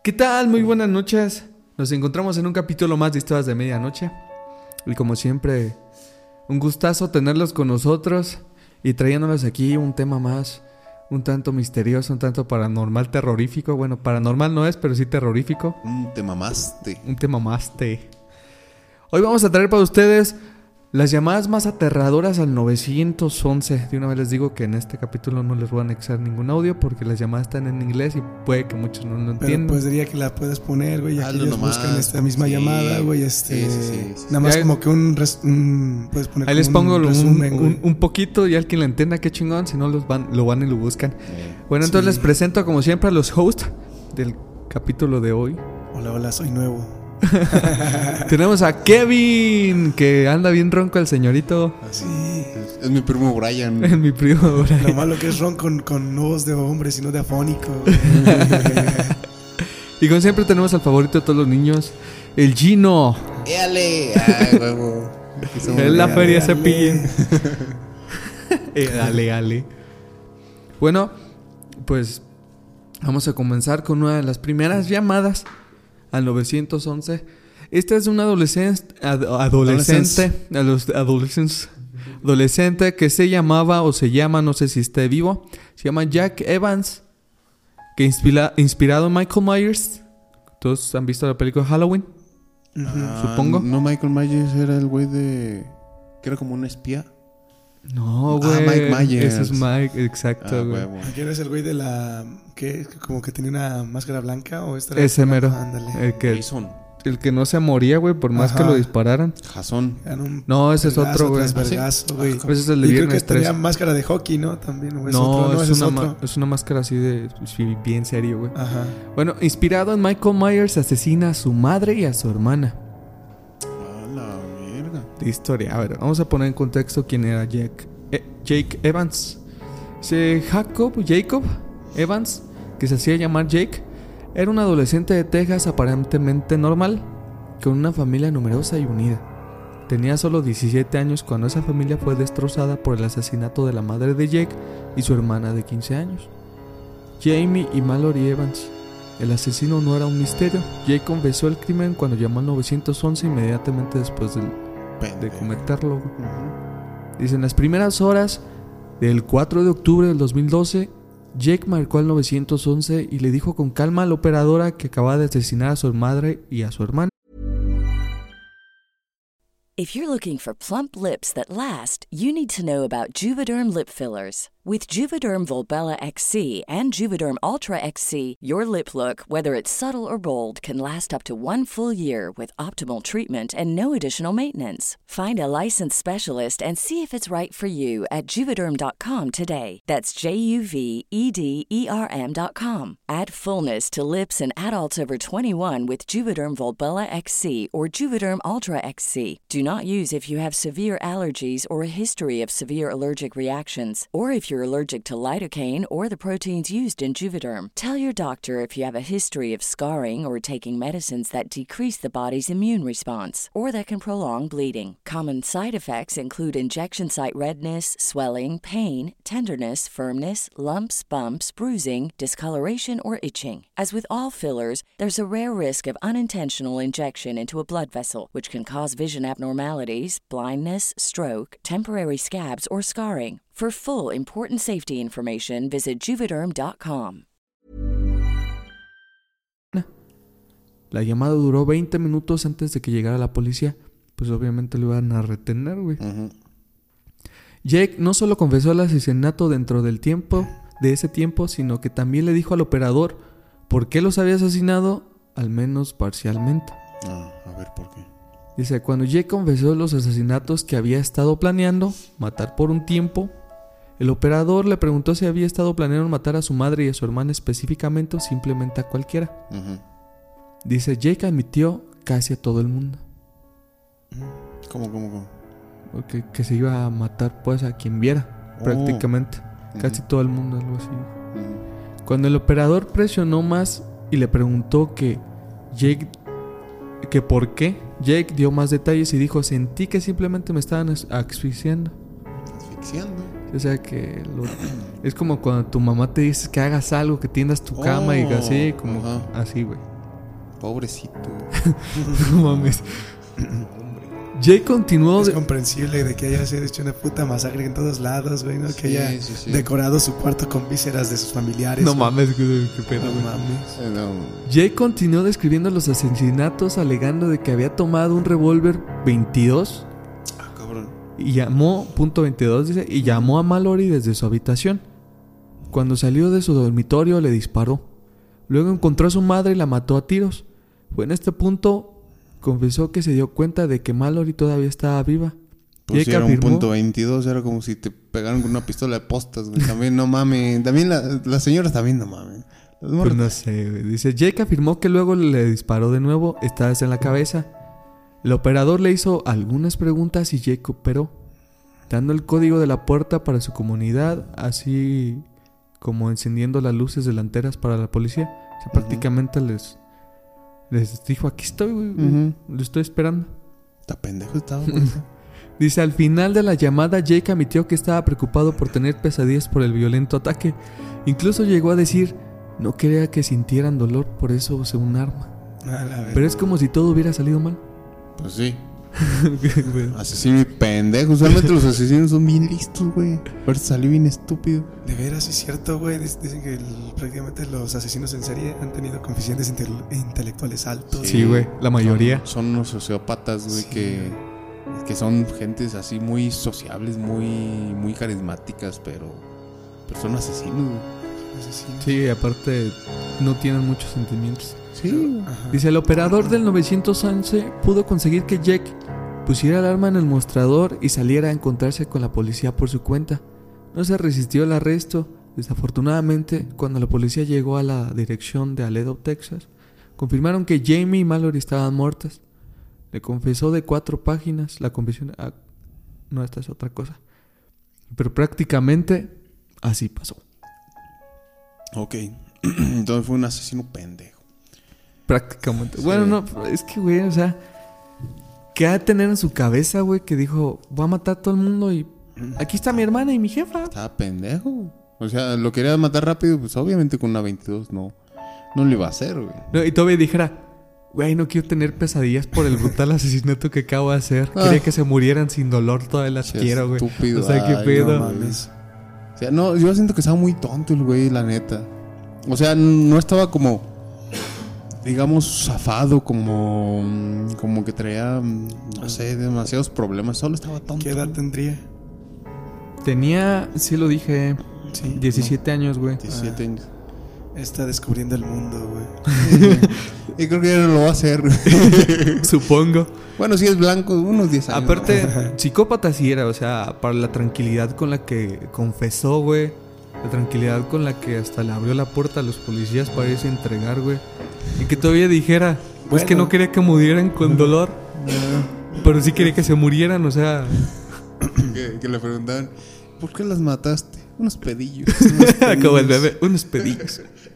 ¿Qué tal? Muy buenas noches. Nos encontramos en un capítulo más de Historias de Medianoche. Y como siempre, un gustazo tenerlos con nosotros y trayéndonos aquí un tema más, un tanto misterioso, un tanto paranormal, terrorífico. Bueno, paranormal no es, pero sí terrorífico. Un tema más. Hoy vamos a traer para ustedes las llamadas más aterradoras al 911. De una vez les digo que en este capítulo no les voy a anexar ningún audio porque las llamadas están en inglés y puede que muchos no lo entiendan. Pero pues diría que la puedes poner, güey, y aquí ellos nomás, buscan esta misma llamada, güey, sí. Nada más como que puedes poner ahí les pongo un resumen, un poquito y al quien le entienda qué chingón, si no lo van y lo buscan. Bueno, entonces les presento como siempre a los hosts del capítulo de hoy. Hola, soy nuevo. Tenemos a Kevin, que anda bien ronco el señorito. Así. Es mi primo Brian. Es mi primo Brian. Lo malo que es ron con voz de hombre, sino de afónico. Y como siempre tenemos al favorito de todos los niños, el Gino. ¡Éale! ¡Ay, huevo! En la feria Cepillín. Ale. Bueno, pues vamos a comenzar con una de las primeras llamadas al 911. Esta es un adolescente que se llamaba o se llama, no sé si esté vivo, se llama Jack Evans, que inspirado en Michael Myers. ¿Todos han visto la película Halloween? Supongo. No, Michael Myers era el güey de... que era como un espía. No, güey. Mike Myers. Ese es Mike, exacto, güey. ¿Quién es el güey de la... que como que tenía una máscara blanca? ¿O esta Ese mero. Ándale. El que no se moría, güey, por más que lo dispararan. Jason. No, ese es otro, güey. Ese es el de y Viernes creo que 13. tenía máscara de hockey, ¿no? También, güey. No, es otro. es una máscara así de bien serio, güey. Ajá. Bueno, inspirado en Michael Myers, asesina a su madre y a su hermana. A la mierda. De historia. A ver, vamos a poner en contexto quién era Jake Evans. Jacob Evans, que se hacía llamar Jake, era un adolescente de Texas aparentemente normal, con una familia numerosa y unida. Tenía solo 17 años cuando esa familia fue destrozada por el asesinato de la madre de Jake y su hermana de 15 años, Jamie y Mallory Evans. El asesino no era un misterio. Jake confesó el crimen cuando llamó al 911 inmediatamente después de cometerlo. Dice, en las primeras horas del 4 de octubre del 2012, Jake marcó al 911 y le dijo con calma a la operadora que acababa de asesinar a su madre y a su hermana. If you're looking for plump lips that last, you need to know about Juvederm lip fillers. With Juvederm Volbella XC and Juvederm Ultra XC, your lip look, whether it's subtle or bold, can last up to 1 full year with optimal treatment and no additional maintenance. Find a licensed specialist and see if it's right for you at Juvederm.com today. That's JUVEDERM.com. Add fullness to lips in adults over 21 with Juvederm Volbella XC or Juvederm Ultra XC. Do not use if you have severe allergies or a history of severe allergic reactions, or if you're allergic to lidocaine or the proteins used in Juvederm. Tell your doctor if you have a history of scarring or taking medicines that decrease the body's immune response or that can prolong bleeding. Common side effects include injection site redness, swelling, pain, tenderness, firmness, lumps, bumps, bruising, discoloration, or itching. As with all fillers, there's a rare risk of unintentional injection into a blood vessel, which can cause vision abnormalities, blindness, stroke, temporary scabs, or scarring. For full important safety information, visit Juvederm.com. La llamada duró 20 minutos antes de que llegara la policía. Pues obviamente lo iban a retener, güey. Jake no solo confesó el asesinato dentro de ese tiempo, sino que también le dijo al operador por qué los había asesinado, al menos parcialmente. A ver, ¿por qué? Dice, cuando Jake confesó los asesinatos que había estado planeando matar por un tiempo, el operador le preguntó si había estado planeando matar a su madre y a su hermana específicamente o simplemente a cualquiera. Dice, Jake admitió casi a todo el mundo. ¿Cómo? Que se iba a matar pues a quien viera, prácticamente. Casi todo el mundo, algo así. Cuando el operador presionó más y le preguntó que por qué, Jake dio más detalles y dijo, sentí que simplemente me estaban asfixiando. O sea que es como cuando tu mamá te dice que hagas algo, que tiendas tu cama y así, como así, güey. Pobrecito. No mames. Jake continuó... Es comprensible de que haya hecho una puta masacre en todos lados, güey, ¿no? Que Sí, haya sí, sí. decorado su cuarto con vísceras de sus familiares. No güey. mames, qué pedo, No güey. mames. No. Jake continuó describiendo los asesinatos alegando de que había tomado un revólver 22 Ah, cabrón. y llamó, punto 22 dice, y llamó a Mallory desde su habitación. Cuando salió de su dormitorio le disparó. Luego encontró a su madre y la mató a tiros. Fue en este punto confesó que se dio cuenta de que Mallory todavía estaba viva. Pues Jake si era un afirmó- punto 22, era como si te pegaran con una pistola de postas, güey. También no mames. También las señoras también no mames. Las Pues morras- no sé, güey. Dice, Jake afirmó que luego le disparó de nuevo, esta vez en la cabeza. El operador le hizo algunas preguntas y Jake operó, dando el código de la puerta para su comunidad, así como encendiendo las luces delanteras para la policía. O sea, prácticamente les dijo, aquí estoy, güey. Ujú. Lo estoy esperando. Está pendejo estaba, güey. Dice, al final de la llamada, Jake admitió que estaba preocupado por tener pesadillas por el violento ataque. Incluso llegó a decir, no quería que sintieran dolor, por eso usé un arma. A la verga. Pero es como si todo hubiera salido mal. Pues sí. Asesino y pendejo. Usualmente los asesinos son bien listos, güey. Pero salió bien estúpido. De veras, es cierto, güey. Dicen que prácticamente los asesinos en serie han tenido coeficientes intelectuales altos. Sí, güey, la mayoría. Son unos sociópatas, güey, Sí. que son gentes así muy sociables, muy carismáticas, pero son asesinos, güey. Asesinos. Sí, aparte no tienen muchos sentimientos. Sí. Ajá. Dice, el operador del 911 pudo conseguir que Jake pusiera el arma en el mostrador y saliera a encontrarse con la policía por su cuenta. No se resistió al arresto. Desafortunadamente, cuando la policía llegó a la dirección de Aledo, Texas, confirmaron que Jamie y Mallory estaban muertas. Le confesó de 4 páginas la confesión. Ah, no, esta es otra cosa. Pero prácticamente así pasó. Ok. Entonces fue un asesino pendejo. Prácticamente. Sí. Bueno, no, es que, güey, o sea, ¿qué ha de tener en su cabeza, güey? Que dijo, voy a matar a todo el mundo y aquí está mi hermana y mi jefa. Estaba pendejo. O sea, lo quería matar rápido, pues obviamente con una 22 no lo iba a hacer, güey. No, y todavía dijera, güey, no quiero tener pesadillas por el brutal asesinato que acabo de hacer. Ah. Quería que se murieran sin dolor, todavía las Che, quiero, güey. estúpido. O sea, qué Ay, pedo. no mames. O sea, no, yo siento que estaba muy tonto el güey, la neta. O sea, no estaba como, digamos, zafado, como que traía, no sé, demasiados problemas. Solo estaba tonto. ¿Qué edad tendría? Tenía, sí lo dije, Sí. 17 años, güey. 17 años. Está descubriendo el mundo, güey. Y creo que ya no lo va a hacer. Supongo. Bueno, si es blanco, unos 10 años. Aparte, psicópata sí era, o sea, para la tranquilidad con la que confesó, güey. La tranquilidad con la que hasta le abrió la puerta a los policías para irse a entregar, güey. Y que todavía dijera, es que Bueno. no quería que murieran con dolor. Pero sí quería que se murieran, o sea. Que le preguntaban, ¿por qué las mataste? Unos pedillos. Como el bebé, unos pedillos.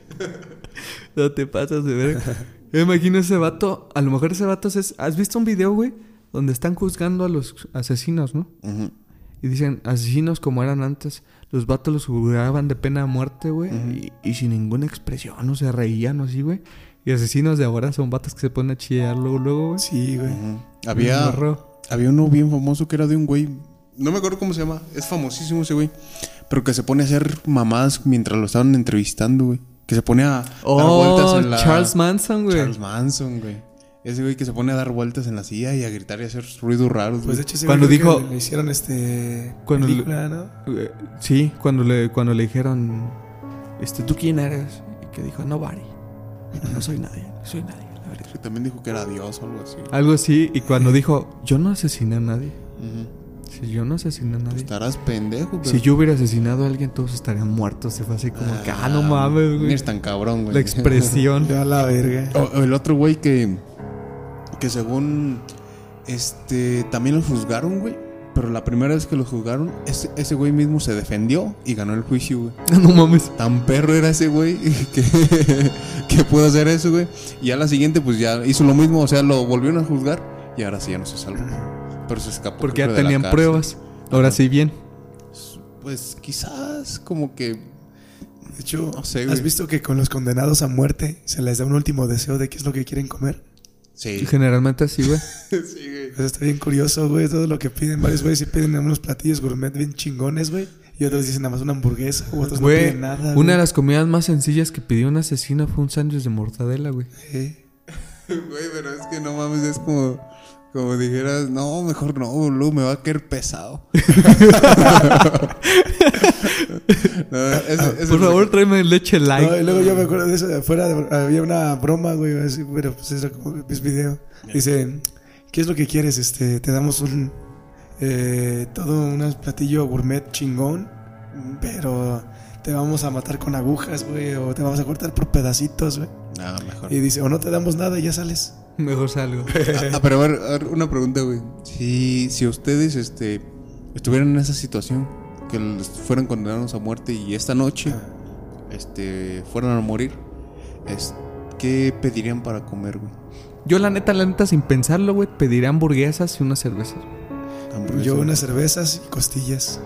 No te pasas de ver. Yo me imagino ese vato. A lo mejor ese vato es. ¿Has visto un video, güey? Donde están juzgando a los asesinos, ¿no? Ujú. Y dicen, asesinos como eran antes. Los vatos los juzgaban de pena de muerte, güey. Y sin ninguna expresión, o se reían o así, güey. Y asesinos de ahora son vatos que se ponen a chillar luego, güey. Sí, güey. Ujú. Había uno bien famoso que era de un güey. No me acuerdo cómo se llama. Es famosísimo ese güey. Pero que se pone a hacer mamadas mientras lo estaban entrevistando, güey. Que se pone a dar vueltas en la... Charles Manson, güey. Charles Manson, güey. Ese güey que se pone a dar vueltas en la silla y a gritar y a hacer ruidos raros, Pues de güey. hecho, ese Cuando güey creo dijo- que le hicieron Cuando película, ¿no? Sí, cuando le dijeron, ¿tú quién eres? Y que dijo, nobody. No soy nadie, soy nadie, la verdad. Que también dijo que era Dios o algo así. Algo así, y cuando dijo, yo no asesiné a nadie. Ujú. Si yo no asesiné a nadie. Estarás pendejo, pero... Si yo hubiera asesinado a alguien, todos estarían muertos. Se fue así como que, no mames, No güey. eres tan cabrón, güey. La expresión. Ya la verga. O el otro güey que según también lo juzgaron, güey. Pero la primera vez que lo juzgaron, ese güey mismo se defendió y ganó el juicio, güey. No mames. Tan perro era ese güey que pudo hacer eso, güey. Y a la siguiente, pues ya hizo lo mismo. O sea, lo volvieron a juzgar y ahora sí ya no se salvó. Pero se escapó. Porque creo ya que de la tenían cárcel. pruebas. Ahora sí bien. Pues quizás como que... De hecho, No sé, güey. ¿has visto que con los condenados a muerte se les da un último deseo de qué es lo que quieren comer? Sí. Generalmente así, güey. Sí, güey. Pues está bien curioso, güey, todo lo que piden. Varios güeyes sí piden unos platillos gourmet bien chingones, güey. Y otros dicen nada más una hamburguesa, o otros no Güey, piden nada, una de las comidas más sencillas que pidió un asesino fue un sándwich de mortadela, güey. Güey, pero es que no mames, es como dijeras, no, mejor no, boludo, me va a caer pesado. Por favor, tráeme leche light. No, y luego yo me acuerdo de eso, afuera había una broma, güey, así, pero pues era como mis video. Dice, ¿qué es lo que quieres? Te damos todo un platillo gourmet chingón, pero te vamos a matar con agujas, güey, o te vamos a cortar por pedacitos, güey. No, mejor. Y dice, o no te damos nada y ya sales. Mejor salgo. Pero a ver, una pregunta, güey. Si ustedes estuvieran en esa situación, que fueran condenados a muerte y esta noche fueran a morir, ¿qué pedirían para comer, güey? Yo la neta, sin pensarlo, güey, pediría hamburguesas y unas cervezas. Yo unas cervezas y costillas.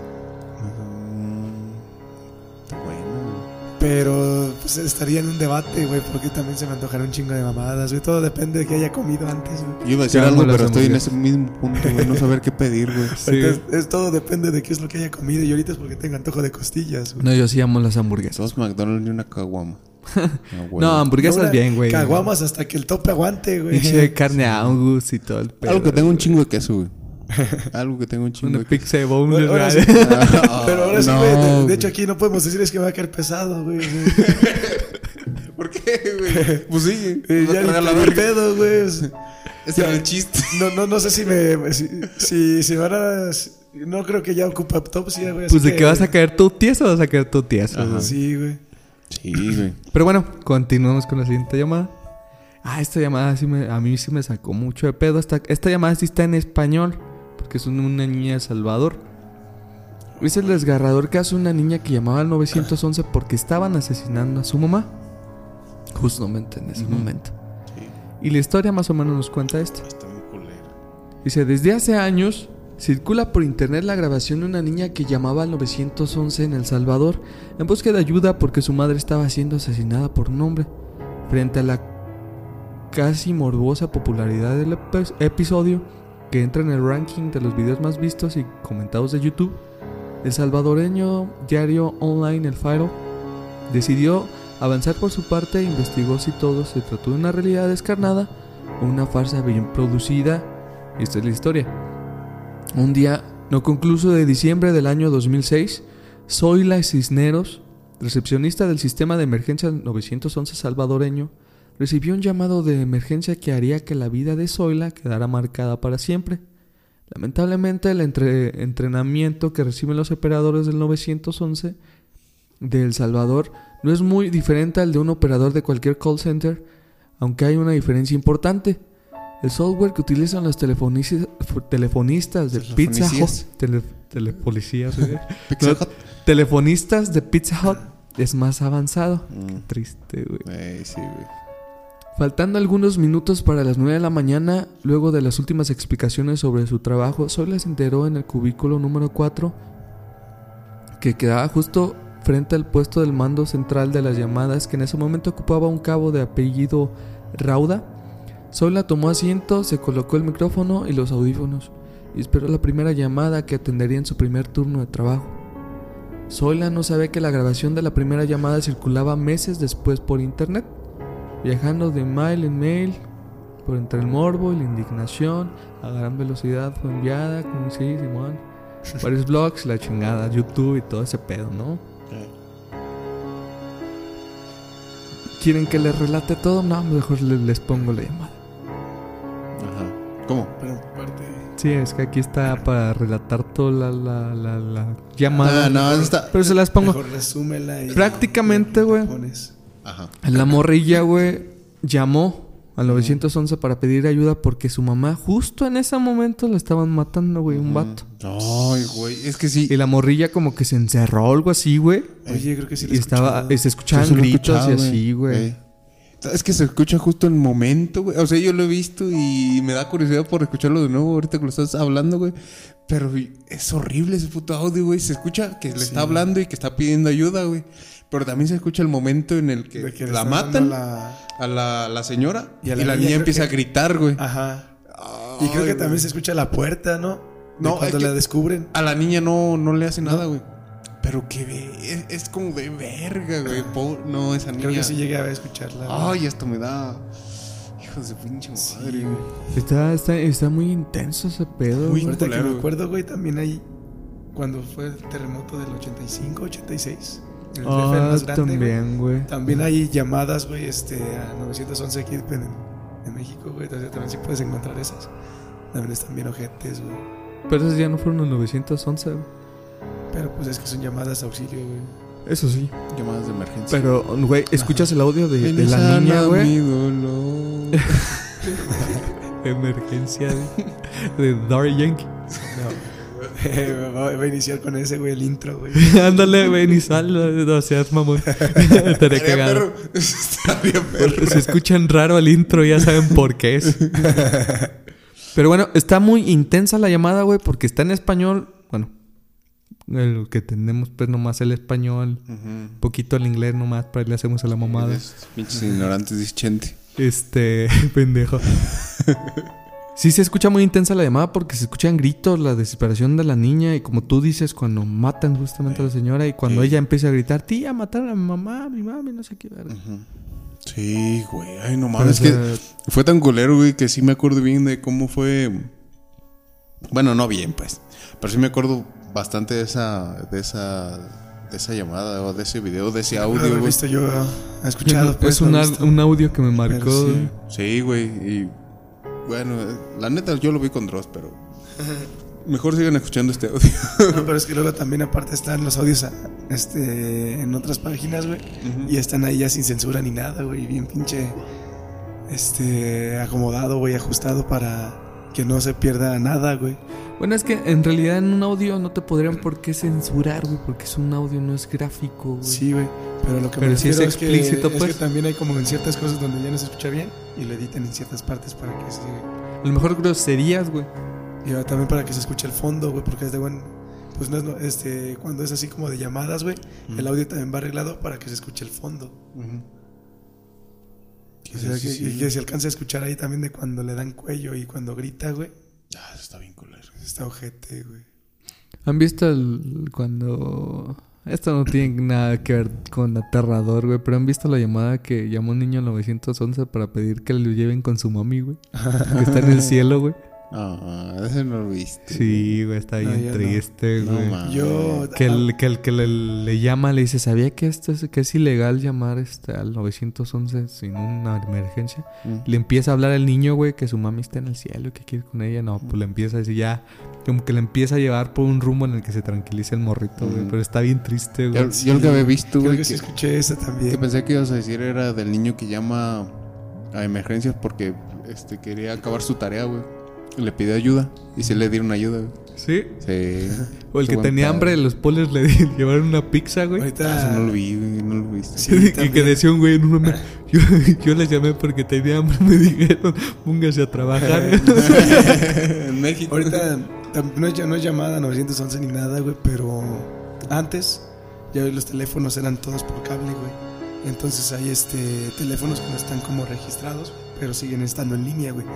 Pero pues estaría en un debate, güey, porque también se me antojará un chingo de mamadas, güey. Todo depende de qué haya comido antes, güey. Yo iba a decir Yo algo, amo las pero estoy en hamburguesas. ese mismo punto, güey, no saber qué pedir, güey. Entonces, todo depende de qué es lo que haya comido. Y ahorita es porque tengo antojo de costillas, güey. No, yo sí amo las hamburguesas. Dos McDonald's y una caguama. No, No, hamburguesas Una bien, güey. Caguamas hasta que el tope aguante, güey. Pinche carne Angus y todo el pedo. Algo que tenga un chingo de queso, güey. Algo que tenga un chingo Una de queso. pizza de boneless, Ahora güey. sí. Pero ahora sí, no, güey. De güey. hecho, aquí no podemos decir es que me va a caer pesado, güey. ¿Por qué, güey? Pues sí. Ya Traga la ni verga. pedo, güey. Ese era el chiste. No sé si van a... No creo que ya ocupa autopsia, güey. Pues de que vas a caer tú tieso, vas a caer tú tieso, güey. Sí, güey. Sí, güey. Pero bueno, continuamos con la siguiente llamada. Esta llamada a mí sí me sacó mucho de pedo. Esta llamada sí está en español, porque es una niña de El Salvador. Es el desgarrador caso de una niña que llamaba al 911 porque estaban asesinando a su mamá. Justamente en ese momento. Sí. Y la historia más o menos nos cuenta esto. Está muy culero. Dice, desde hace años circula por internet la grabación de una niña que llamaba al 911 en El Salvador en búsqueda de ayuda porque su madre estaba siendo asesinada por un hombre. Frente a la casi morbosa popularidad del episodio, que entra en el ranking de los videos más vistos y comentados de YouTube, el salvadoreño diario online El Faro decidió avanzar por su parte e investigó si todo se trató de una realidad descarnada o una farsa bien producida. Y esta es la historia. Un día no concluso de diciembre del año 2006, Zoila Cisneros, recepcionista del sistema de emergencia 911 salvadoreño, recibió un llamado de emergencia que haría que la vida de Zoila quedara marcada para siempre. Lamentablemente, el entrenamiento que reciben los operadores del 911 de El Salvador no es muy diferente al de un operador de cualquier call center, aunque hay una diferencia importante. El software que utilizan los telefonistas de Pizza Hut, telepolicías, Pizza Hut. telefonistas de Pizza Hut es más avanzado. Qué triste, güey. Sí, güey. Faltando algunos minutos para las 9 de la mañana, luego de las últimas explicaciones sobre su trabajo, Zoila se enteró en el cubículo número 4 que quedaba justo frente al puesto del mando central de las llamadas, que en ese momento ocupaba un cabo de apellido Rauda. Zoila tomó asiento, se colocó el micrófono y los audífonos y esperó la primera llamada que atendería en su primer turno de trabajo. Zoila no sabía que la grabación de la primera llamada circulaba meses después por internet, viajando de mail en mail, por entre el morbo y la indignación, a gran velocidad fue enviada, como sí, Simón, varios blogs, la chingada, YouTube y todo ese pedo, ¿no? ¿Quieren que les relate todo? No, mejor les pongo la llamada. Ajá. ¿Cómo? Pero parte... Sí, es que aquí está para relatar toda la llamada. No, eso está. Pero se las pongo. Mejor resúmela y... Prácticamente, güey. Ajá. La morrilla, güey, llamó al 911 para pedir ayuda porque su mamá justo en ese momento la estaban matando, güey, un vato. Ay, güey, es que sí. Y la morrilla como que se encerró o algo así, güey. Oye, creo que sí lo Y estaba, se escuchaban Sí, se lo he gritos y escuchado, así, güey. Es que se escucha justo en el momento, güey. O sea, yo lo he visto y me da curiosidad por escucharlo de nuevo ahorita que lo estás hablando, güey. Pero es horrible ese puto audio, güey. Se escucha que le está hablando y que está pidiendo ayuda, güey. Pero también se escucha el momento en el que De que le la están matan dando a la señora Y y a la la niña niña empieza a creo gritar, güey. Ajá. Y creo que también se escucha la puerta, ¿no? No, Cuando es que- la descubren. A la niña no le hace nada, güey. Pero que es como de verga, güey. No, esa niña. Creo que sí llegué a escucharla. Ay, esto me da. Hijos de pinche madre, güey. Está muy intenso ese pedo. Muy güey. Ahorita que culero, me güey. acuerdo, güey, también hay... Cuando fue el terremoto del 85, 86. El DF más grande, güey. También, güey. También hay llamadas, güey, a 911 aquí de México, güey. Entonces también sí puedes encontrar esas. También están bien ojetes, güey. Pero esos ya no fueron los 911, güey. Pero pues es que son llamadas a auxilio, güey. Eso sí. Llamadas de emergencia. Pero, güey, escuchas el audio de Ven y la sana niña, mi güey. dolor. Emergencia de Daddy Yankee. No. Voy a iniciar con ese, güey, el intro, güey. Ándale, güey, ni sal, no seas mamón. Estaría Estaría cagado. perro. Estaría perro. Se escuchan raro el intro, ya saben por qué es. Pero bueno, está muy intensa la llamada, güey, porque está en español. Bueno, el que tenemos pues nomás el español, un poquito el inglés nomás, para le hacemos a la mamada. Pinches ignorantes, dice Chente. Pendejo. Sí se escucha muy intensa la llamada porque se escuchan gritos, la desesperación de la niña y como tú dices, cuando matan justamente a la señora y cuando ella empieza a gritar, tía, mataron a mi mamá, no sé qué verga. Sí, güey. Ay, no Pero, mames. o Es sea, que fue tan culero, güey, que sí me acuerdo bien de cómo fue. Bueno, no bien, pues. Pero sí me acuerdo bastante de esa llamada o de ese video, de ese Lo audio, he güey. visto yo, he escuchado. pues, es lo he visto. un audio que me marcó. Pero sí. güey. Sí, güey. Y bueno, la neta yo lo vi con Dross, pero mejor sigan escuchando este audio. No, pero es que luego también aparte están los audios en otras páginas, güey. Y están ahí ya sin censura ni nada, güey. Bien pinche acomodado, güey, ajustado para que no se pierda nada, güey. Bueno, es que en realidad en un audio no te podrían por qué censurar, güey, porque es un audio, no es gráfico, güey. Sí, güey. Pero lo que Pero me si es refiero explícito, es pues. que también hay como en ciertas cosas donde ya no se escucha bien y lo editan en ciertas partes para que se... A lo mejor groserías, güey. Y también para que se escuche el fondo, güey, porque es de buen... Pues no es, cuando es así como de llamadas, güey, el audio también va arreglado para que se escuche el fondo. O sea, y que se alcanza a escuchar ahí también de cuando le dan cuello y cuando grita, güey. Ah, eso está bien culero. Está ojete, güey. ¿Han visto cuando... Esto no tiene nada que ver con aterrador, güey, pero ¿han visto la llamada que llamó un niño al 911 para pedir que lo lleven con su mami, güey? Que está en el cielo, güey. Ah, ese no lo viste. Sí, güey, está No, bien yo triste, No, güey. mames. Yo... Que el que le llama le dice, ¿sabía que que es ilegal llamar al 911 sin una emergencia? Le empieza a hablar al niño, güey, que su mami está en el cielo y que quiere ir con ella. No, pues le empieza a decir ya, como que le empieza a llevar por un rumbo en el que se tranquiliza el morrito, güey. Pero está bien triste, güey. Yo lo que había visto, Creo güey, que sí escuché esa que también. pensé que ibas a decir era del niño que llama a emergencias porque quería acabar su tarea, güey. Le pidió ayuda y se le dieron ayuda, güey. ¿Sí? Sí. O el Qué que buen tenía pedo. hambre, los polis le llevaron una pizza, güey. Eso Ahorita... no lo vi, güey, no lo viste. Sí, Y que también. decía un güey en un momento, yo les llamé porque tenía hambre, me dijeron, póngase a trabajar. En México. Ahorita no es llamada 911 ni nada, güey, pero antes ya los teléfonos eran todos por cable, güey. Entonces hay teléfonos que no están como registrados, pero siguen estando en línea, güey.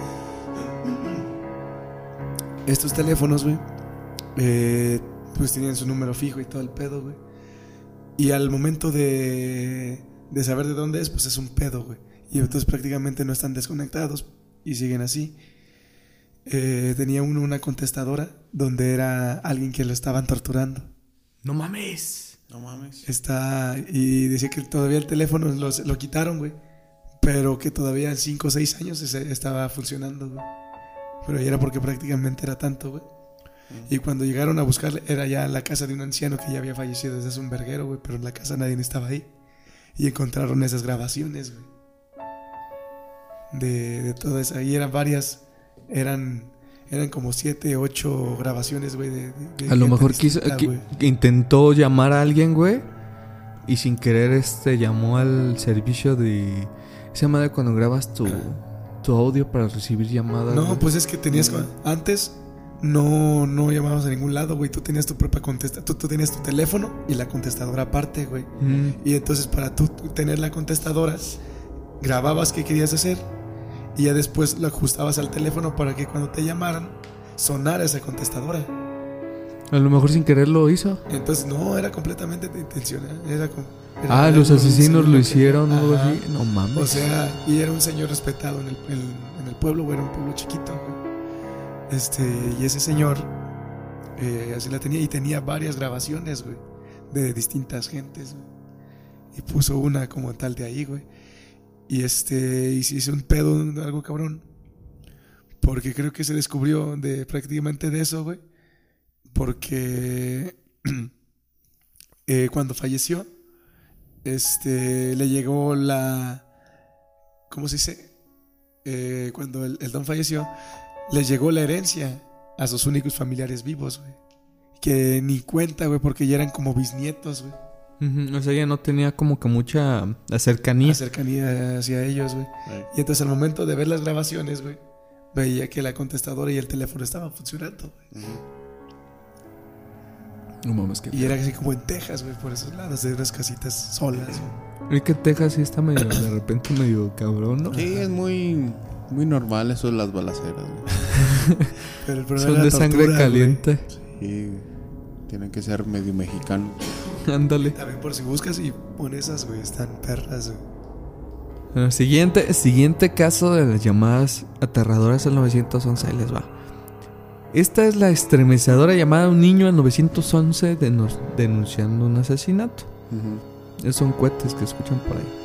Estos teléfonos, güey, pues tenían su número fijo y todo el pedo, güey. Y al momento de saber de dónde es, pues es un pedo, güey. Y entonces prácticamente no están desconectados y siguen así. Tenía uno una contestadora donde era alguien que lo estaban torturando. ¡No mames! No mames. Y decía que todavía el teléfono lo quitaron, güey. Pero que todavía en 5 o 6 años estaba funcionando, güey. Pero ya era porque prácticamente era tanto, güey. Y cuando llegaron a buscarle, era ya la casa de un anciano que ya había fallecido desde hace un verguero, güey. Pero en la casa nadie estaba ahí. Y encontraron esas grabaciones, güey. De toda esa. Y eran varias. Eran como 7, 8 grabaciones, güey. A lo mejor intentó llamar a alguien, güey. Y sin querer llamó al servicio de... Esa madre cuando grabas tu audio para recibir llamadas. No, güey. pues es que tenías... Antes no llamabas a ningún lado, güey. Tú tenías tu propia tú tenías tu teléfono y la contestadora aparte, güey. Y entonces para tú tener la contestadora, grababas qué querías hacer y ya después lo ajustabas al teléfono para que cuando te llamaran sonara esa contestadora. A lo mejor sin querer lo hizo. Entonces no, era completamente intencional. Los asesinos lo hicieron o algo Ajá. así. No mames. O sea, y era un señor respetado en el pueblo, güey. Era un pueblo chiquito, güey. Y ese señor así la tenía, y tenía varias grabaciones, güey, de distintas gentes, güey. Y puso una como tal de ahí, güey. Y y se hizo un pedo, algo cabrón. Porque creo que se descubrió prácticamente de eso, güey. Porque cuando falleció, le llegó ¿cómo se dice? Cuando el don falleció, les llegó la herencia a sus únicos familiares vivos, güey. Que ni cuenta, güey, porque ya eran como bisnietos, güey. O sea, ya no tenía como que mucha cercanía. Hacia ellos, güey. Y entonces al momento de ver las grabaciones, güey, veía que la contestadora y el teléfono estaban funcionando, güey. No mames, que... Y era así como en Texas, güey, por esos lados, de unas casitas solas, güey. Y que Texas sí está medio, de repente medio cabrón, ¿no? Sí, es muy normal eso de las balaceras, güey. Pero el problema Son era de la sangre tortura, caliente. Sí, tienen que ser medio mexicanos. Ándale. güey. También por si buscas y pones esas, güey, están perras, güey. Bueno, siguiente caso de las llamadas aterradoras al 911. Ahí les va. Esta es la estremecedora llamada un niño al 911 denunciando un asesinato. Esos son cohetes que escuchan por ahí.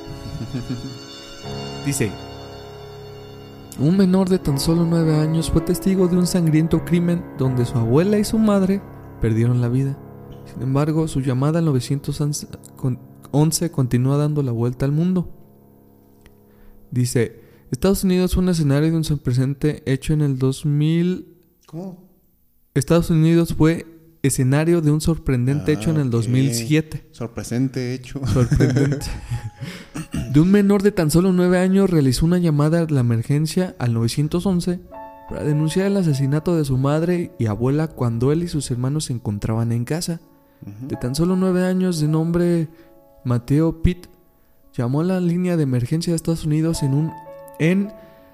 Dice: un menor de tan solo 9 años fue testigo de un sangriento crimen donde su abuela y su madre perdieron la vida. Sin embargo, su llamada al 911 continúa dando la vuelta al mundo. Dice: Estados Unidos fue un escenario de un sorprendente hecho en el 2000. ¿Cómo? Estados Unidos fue escenario de un sorprendente hecho en el 2007. Sorprendente hecho. Sorprendente. De un menor de tan solo 9 años realizó una llamada de la emergencia al 911 para denunciar el asesinato de su madre y abuela cuando él y sus hermanos se encontraban en casa. De tan solo 9 años, de nombre Mateo Pitt, llamó a la línea de emergencia de Estados Unidos en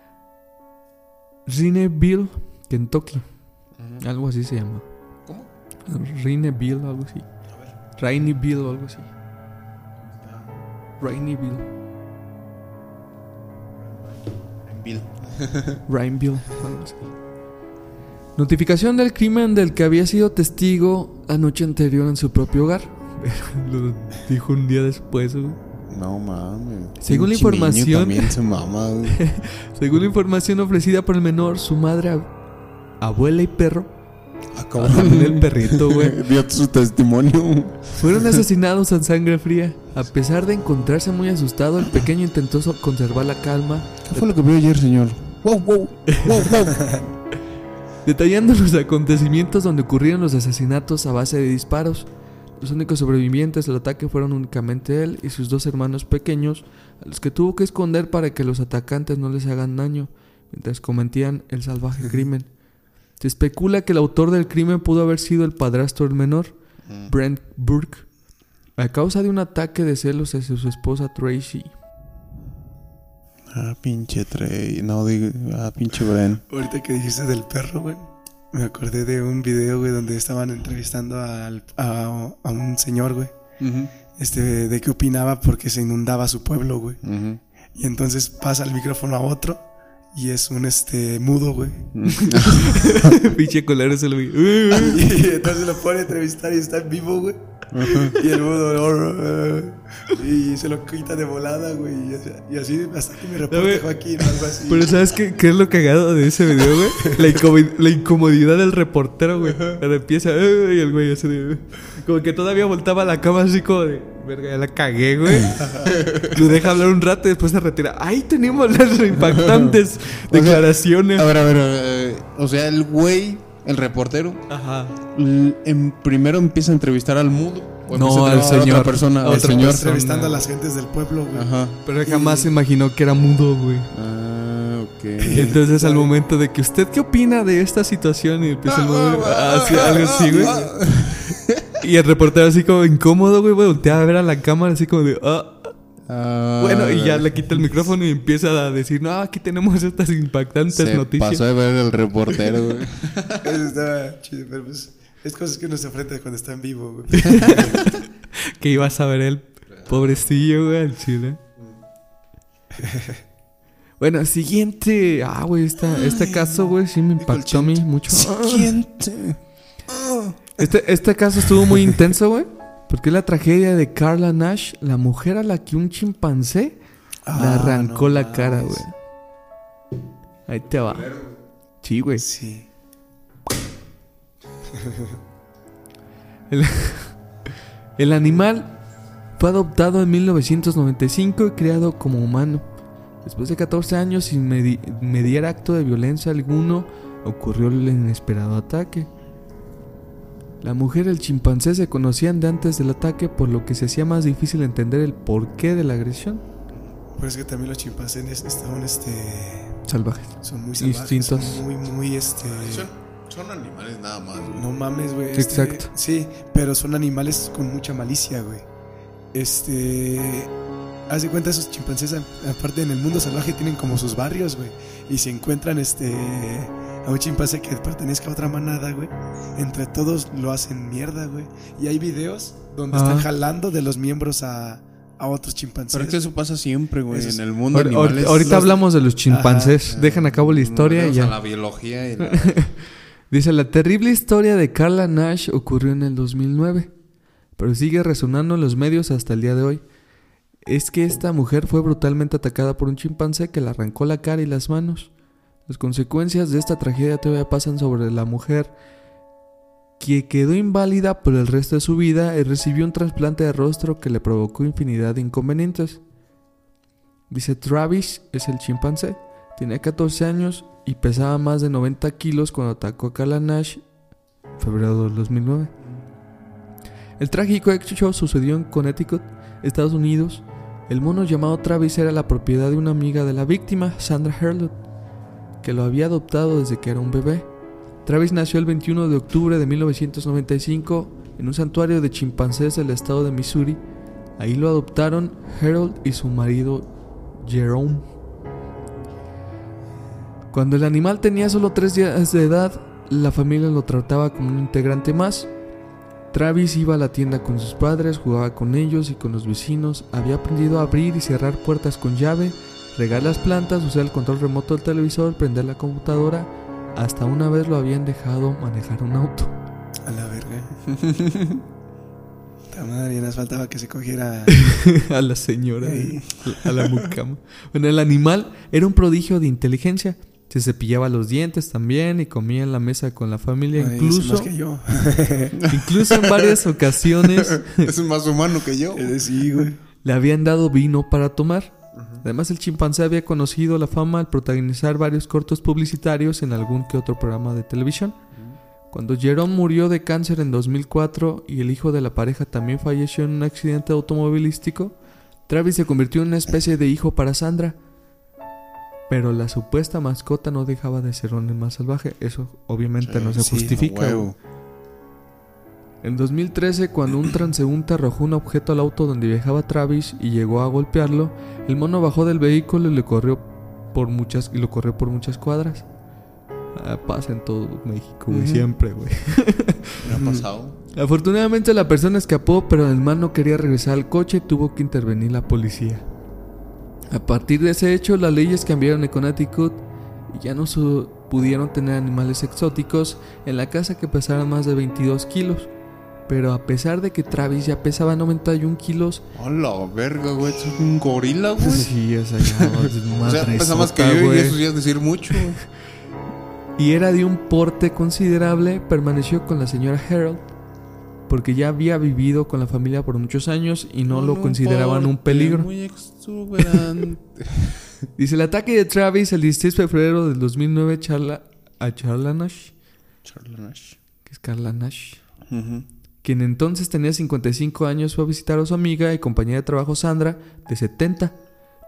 Rineville, Kentucky. Algo así se llama. ¿Cómo? Rineville, algo así. Raineyville o algo así. Raineyville. Raineville, algo así. Notificación del crimen del que había sido testigo la noche anterior en su propio hogar. Lo dijo un día después, güey. No mames. Según la Pinche información- niño también se mama, güey. Según la información ofrecida por el menor, su madre, abuela y perro, Cabrón. el perrito, güey, Dio su testimonio. fueron asesinados a sangre fría. A pesar de encontrarse muy asustado, el pequeño intentó conservar la calma, ¿Qué fue lo que vio ayer, señor? Wow. detallando los acontecimientos donde ocurrieron los asesinatos a base de disparos. Los únicos sobrevivientes del ataque fueron únicamente él y sus 2 hermanos pequeños, a los que tuvo que esconder para que los atacantes no les hagan daño, mientras cometían el salvaje crimen. Se especula que el autor del crimen pudo haber sido el padrastro del menor, Brent Burke, a causa de un ataque de celos hacia su esposa Tracy. Pinche Trey. No, digo, pinche Bren. Ahorita que dijiste del perro, güey, me acordé de un video, güey, donde estaban entrevistando a un señor, güey. De qué opinaba porque se inundaba su pueblo, güey. Y entonces pasa el micrófono a otro y es un mudo, güey. Pinche colero se lo vi. Y entonces lo pone a entrevistar y está en vivo, güey. Y el mudo y se lo quita de volada, güey. Y así hasta que me reporte Joaquín, algo así. Pero ¿sabes qué es lo cagado de ese video, güey? La incomodidad del reportero, güey. Cuando empieza, y el güey así de... Como que todavía voltaba la cama así como de... Verga, ya la cagué, güey. Lo deja hablar un rato y después se retira. Ahí tenemos las impactantes declaraciones. A ver. O sea, el güey, el reportero, Ajá. Primero empieza a entrevistar al mudo. O No, empieza a al entrevistar a señor. otra persona, A al otra señor. Entrevistando a las gentes del pueblo, güey. Ajá. Pero él jamás se imaginó que era mudo, güey. Ok. Entonces al momento de que ¿usted qué opina de esta situación? Y empieza el mono algo así, güey. Y el reportero así como incómodo, güey, voltea a ver a la cámara así como de... Bueno, y ya le quita el micrófono y empieza a decir, no, aquí tenemos estas impactantes noticias. Pasó de ver el reportero, güey. Eso estaba chido, pero pues es cosas que uno se enfrenta cuando está en vivo, güey. Que iba a saber el pobrecillo, güey, al chile. Bueno, siguiente. Güey, este caso, güey, sí me impactó a mí mucho. Siguiente. Este caso estuvo muy intenso, güey. Porque es la tragedia de Carla Nash, la mujer a la que un chimpancé le arrancó la cara, güey. Ahí te va. Sí, güey. Sí. El animal fue adoptado en 1995 y criado como humano. Después de 14 años sin mediar acto de violencia alguno, ocurrió el inesperado ataque. La mujer y el chimpancé se conocían de antes del ataque, por lo que se hacía más difícil entender el porqué de la agresión. Pero es que también los chimpancés estaban salvajes. Son muy salvajes. Instintos. Son muy Son animales nada más, güey. No mames, güey. Exacto. Sí, pero son animales con mucha malicia, güey. Haz de cuenta, esos chimpancés, aparte en el mundo salvaje, tienen como sus barrios, güey. Y se encuentran a un chimpancé que pertenezca a otra manada, güey. Entre todos lo hacen mierda, güey. Y hay videos donde están jalando de los miembros a otros chimpancés. Pero es que eso pasa siempre, güey. Eso en el mundo animales. Ahorita hablamos de los chimpancés. Ajá. Dejan a cabo la historia y ya. La biología y Dice, la terrible historia de Carla Nash ocurrió en el 2009, pero sigue resonando en los medios hasta el día de hoy. Es que esta mujer fue brutalmente atacada por un chimpancé que le arrancó la cara y las manos. Las consecuencias de esta tragedia todavía pasan sobre la mujer, que quedó inválida por el resto de su vida y recibió un trasplante de rostro que le provocó infinidad de inconvenientes. Dice, Travis es el chimpancé, tenía 14 años y pesaba más de 90 kilos cuando atacó a Carla Nash en febrero del 2009. El trágico hecho sucedió en Connecticut, Estados Unidos. El mono llamado Travis era la propiedad de una amiga de la víctima, Sandra Herlott, que lo había adoptado desde que era un bebé. Travis nació el 21 de octubre de 1995 en un santuario de chimpancés del estado de Missouri. Ahí lo adoptaron Harold y su marido Jerome. Cuando el animal tenía solo 3 días de edad, la familia lo trataba como un integrante más. Travis iba a la tienda con sus padres, jugaba con ellos y con los vecinos, había aprendido a abrir y cerrar puertas con llave, regar las plantas, usar el control remoto del televisor, prender la computadora. Hasta una vez lo habían dejado manejar un auto. A la verga. La madre, nos faltaba que se cogiera a la señora, a la mucama. Bueno, el animal era un prodigio de inteligencia. Se cepillaba los dientes también y comía en la mesa con la familia. Incluso, más que yo. Incluso en varias ocasiones es más humano que yo. Sí, güey. Le habían dado vino para tomar. Además, el chimpancé había conocido la fama al protagonizar varios cortos publicitarios en algún que otro programa de televisión. Cuando Jerome murió de cáncer en 2004 y el hijo de la pareja también falleció en un accidente automovilístico, Travis se convirtió en una especie de hijo para Sandra. Pero la supuesta mascota no dejaba de ser un animal salvaje. Eso obviamente no se justifica. En 2013, cuando un transeúnte arrojó un objeto al auto donde viajaba Travis y llegó a golpearlo, el mono bajó del vehículo y lo corrió por muchas cuadras. Pasa en todo México, güey, siempre, güey. ¿Me ha pasado? Afortunadamente la persona escapó, pero el man no quería regresar al coche y tuvo que intervenir la policía. A partir de ese hecho, las leyes cambiaron en Connecticut y ya no pudieron tener animales exóticos en la casa que pesaran más de 22 kilos. Pero a pesar de que Travis ya pesaba 91 kilos... ¡Hola, verga, güey! ¿Es un gorila, güey? Sí, o sea, ya... o sea, pesa más que yo, güey. Y eso ya es decir mucho, güey. Y era de un porte considerable. Permaneció con la señora Harold porque ya había vivido con la familia por muchos años y no lo consideraban un peligro. Muy exuberante. Dice, el ataque de Travis el 16 de febrero del 2009 a Carla Nash. Que es Carla Nash. Quien entonces tenía 55 años, fue a visitar a su amiga y compañera de trabajo Sandra, de 70.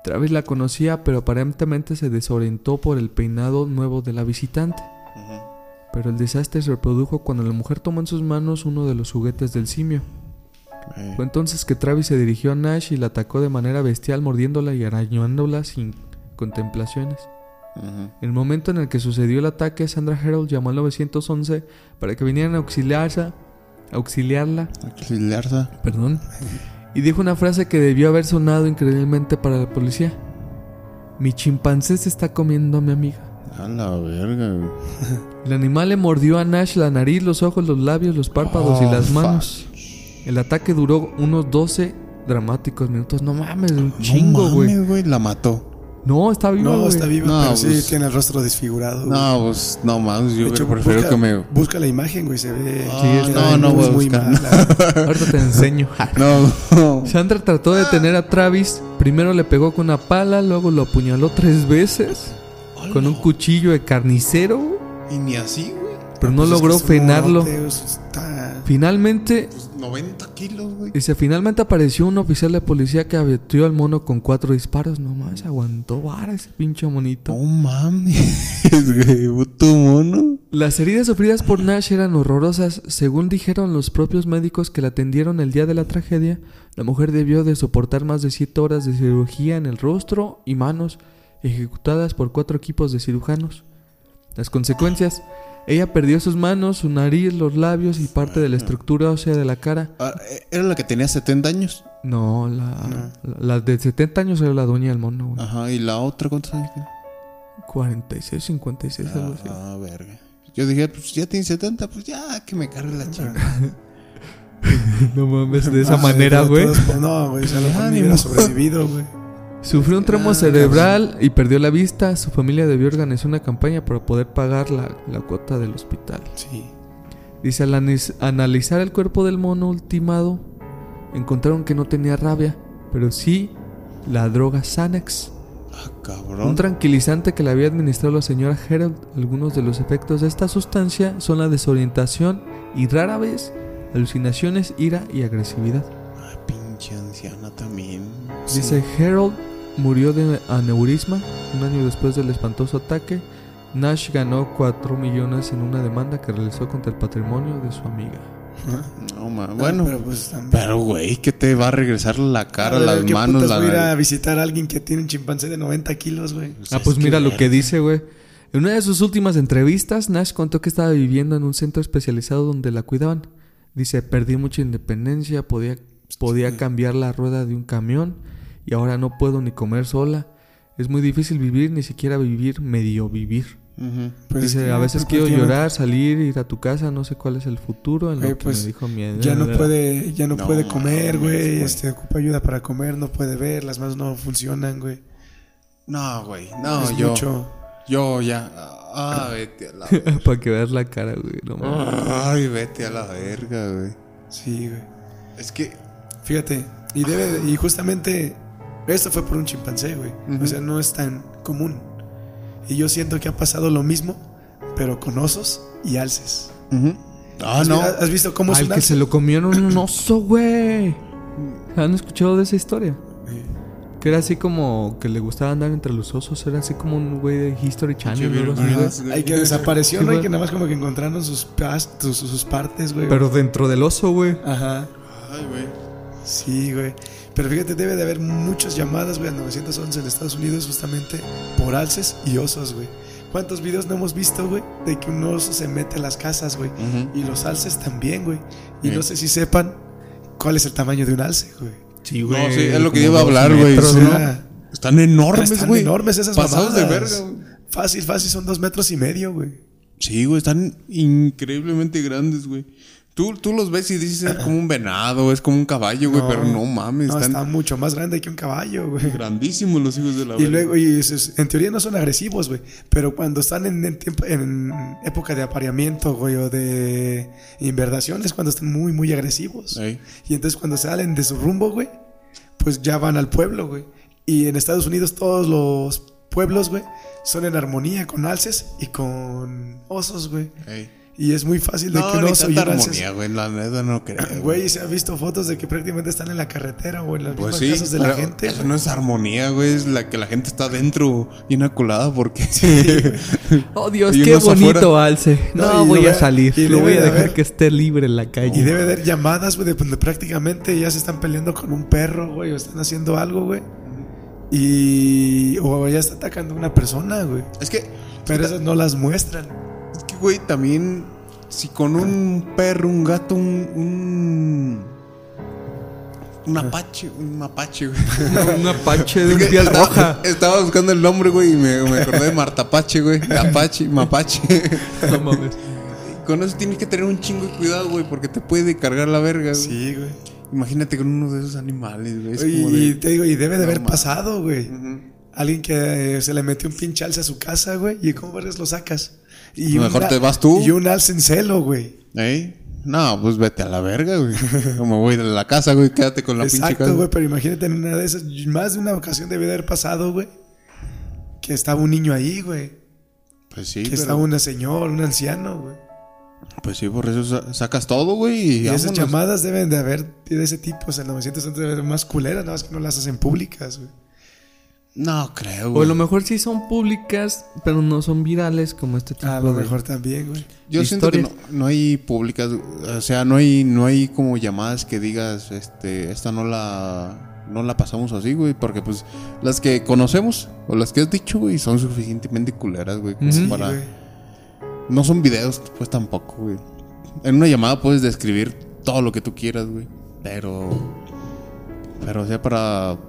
Travis la conocía, pero aparentemente se desorientó por el peinado nuevo de la visitante. Pero el desastre se reprodujo cuando la mujer tomó en sus manos uno de los juguetes del simio. Fue entonces que Travis se dirigió a Nash y la atacó de manera bestial, mordiéndola y arañándola sin contemplaciones. En el momento en el que sucedió el ataque, Sandra Herold llamó al 911 para que vinieran a auxiliarla. Perdón. Y dijo una frase que debió haber sonado increíblemente para la policía: mi chimpancé se está comiendo a mi amiga. A la verga, güey. El animal le mordió a Nash la nariz, los ojos, los labios, los párpados y las manos. El ataque duró unos 12 dramáticos minutos. No mames, un chingo, güey. No mames, güey, la mató. No, está viva, No, güey. está viva, No, pero pues, sí tiene el rostro desfigurado, güey. No, pues, no mames, yo De hecho, prefiero que me... busca la imagen, güey, se ve... Sí, no voy a muy buscar. mala. Ahorita te enseño. No. Sandra trató de detener a Travis. Primero le pegó con una pala, luego lo apuñaló 3 veces con un cuchillo de carnicero, güey. Y ni así, güey. Pero no Pues es logró que es un frenarlo. morote, está- Finalmente, Pues 90 kilos, güey. finalmente apareció un oficial de policía que abatió al mono con 4 disparos. No más, aguantó vara ese pinche monito. No mames, güey, puto mono. Las heridas sufridas por Nash eran horrorosas. Según dijeron los propios médicos que la atendieron el día de la tragedia, la mujer debió de soportar más de 7 horas de cirugía en el rostro y manos, ejecutadas por 4 equipos de cirujanos. Las consecuencias: ella perdió sus manos, su nariz, los labios y parte de la estructura ósea de la cara. ¿Era la que tenía 70 años? No, la de 70 años era la dueña del mono, güey. Ajá, ¿y la otra cuántos años tiene? 46, 56, algo así. Ah, verga. Yo dije, pues ya tiene 70, pues ya que me cargue la chica. No mames, de esa Ah, manera, pero güey. todos- No, güey, se lo Ya, ni hubiera modo. sobrevivido, güey. Sufrió un tremo cerebral y perdió la vista. Su familia debió organizar una campaña para poder pagar la cuota del hospital. Sí. Dice, al analizar el cuerpo del mono ultimado, encontraron que no tenía rabia, pero sí la droga Xanax, Ah, cabrón. un tranquilizante que le había administrado la señora Herold. Algunos de los efectos de esta sustancia son la desorientación y rara vez alucinaciones, ira y agresividad. Ah, pinche anciana también. Dice, Herold murió de aneurisma un año después del espantoso ataque. Nash ganó 4 millones en una demanda que realizó contra el patrimonio de su amiga. No, man. Bueno, Pero pues también. pero güey, ¿qué te va a regresar la cara, las ¿Qué manos, putas la voy a ir a nariz? visitar a alguien que tiene un chimpancé de 90 kilos, güey? Pues mira lo que dice, güey. En una de sus últimas entrevistas, Nash contó que estaba viviendo en un centro especializado donde la cuidaban. Dice, perdí mucha independencia, podía cambiar la rueda de un camión y ahora no puedo ni comer sola. Es muy difícil vivir, ni siquiera vivir, medio vivir. Ujú. Pues Dice, es que a veces pues, quiero tiene- llorar, salir, ir a tu casa, no sé cuál es el futuro. En lo que pues, me dijo mi Ya no puede No comer, mames, güey. güey. Ocupa ayuda para comer, no puede ver, las manos no funcionan, güey. No, güey. No, Es yo. mucho. Yo ya. Ah, vete a la verga. Para que veas la cara, güey. No mames. Ay, vete a la verga, güey. Sí, güey. Es que. Fíjate, y justamente esto fue por un chimpancé, güey. Ujú. O sea, no es tan común. Y yo siento que ha pasado lo mismo, pero con osos y alces. Ah, no. ¿Has visto cómo es Al un que alce? se lo comieron un oso, güey. ¿Han escuchado de esa historia? Que era así como que le gustaba andar entre los osos. Era así como un güey de History Channel. Pinche ¿no? Así, virus. güey. Hay que desapareció, Sí, ¿no? Y güey. que nada más como que encontraron sus partes, güey. Pero dentro del oso, güey. Ajá. Ay, güey. Sí, güey. Pero fíjate, debe de haber muchas llamadas, güey, al 911 en Estados Unidos justamente por alces y osos, güey. ¿Cuántos videos no hemos visto, güey? De que un oso se mete a las casas, güey. Ujú. Y los alces también, güey. Y Sí. no sé si sepan cuál es el tamaño de un alce, güey. Sí, No, sí, es lo que como iba a 2 hablar, güey. metros, O ¿no? sea, Están enormes, están güey. enormes esas Pasados de mamadas. verga, güey. Fácil, son 2,5 metros, güey. Sí, güey, están increíblemente grandes, güey. Tú los ves y dices es como un venado, es como un caballo, güey, No. pero no mames, No, están está mucho más grande que un caballo, güey. grandísimos los hijos de la Y verga. luego, en teoría no son agresivos, güey. Pero cuando están en época de apareamiento, güey, o de invernación, es cuando están muy, muy agresivos. Ey. Y entonces cuando salen de su rumbo, güey, pues ya van al pueblo, güey. Y en Estados Unidos todos los pueblos, güey, son en armonía con alces y con osos, güey. Ey. Y es muy fácil de que ni unos tanta oyerances- armonía, güey. La neta no creo. Güey, se han visto fotos de que prácticamente están en la carretera o en las Pues mismas sí, casas de la pero gente. eso güey. no es armonía, güey. Es la que la gente está dentro bien acolada porque... Oh Dios, Y qué unos bonito afuera. alce. No, No, y voy a debe- salir. y Lo voy debe a de dejar haber- que esté libre en la Y calle. debe haber llamadas, güey, de donde prácticamente ya se están peleando con un perro, güey, o están haciendo algo, güey. O ya está atacando a una persona, güey. Es que, Pero esas no las muestran. güey, también... Si con un perro, un gato, un mapache, güey. Un apache de Es que un piel roja. Estaba buscando el nombre, güey, y me acordé de Martapache, güey. Apache, mapache. No mames. Con eso tienes que tener un chingo de cuidado, güey, porque te puede cargar la verga, güey. Sí, güey. Imagínate con uno de esos animales, güey. Es Oye, como de... y te digo, y debe de haber mames. pasado, güey. Ujú. Alguien que se le metió un pinche alce a su casa, güey. ¿Y cómo vergas lo sacas? Y Mejor un te vas tú. Y un alce en celo, güey. ¿Eh? No, pues vete a la verga, güey. Como voy de la casa, güey, quédate con la pinche casa. Exacto, güey. Pero imagínate en una de esas. Más de una ocasión debe de haber pasado, güey. Que estaba un niño ahí, güey. Pues sí, Que pero... estaba una señora, un anciano, güey. Pues sí, por eso sacas todo, güey, Y esas vámonos. llamadas deben de haber de ese tipo. O sea, el 900 debe haber más culeras, nada más que no las hacen públicas, güey. No creo, O a güey. lo mejor sí son públicas, pero no son virales como este tipo A lo de... mejor también, güey. Yo siento que historias. no hay públicas, o sea, no hay como llamadas que digas, esta no la pasamos así, güey, porque pues las que conocemos o las que has dicho, güey, son suficientemente culeras, güey, como Ujú. para... güey. No son videos, pues tampoco, güey. En una llamada puedes describir todo lo que tú quieras, güey, pero o sea, para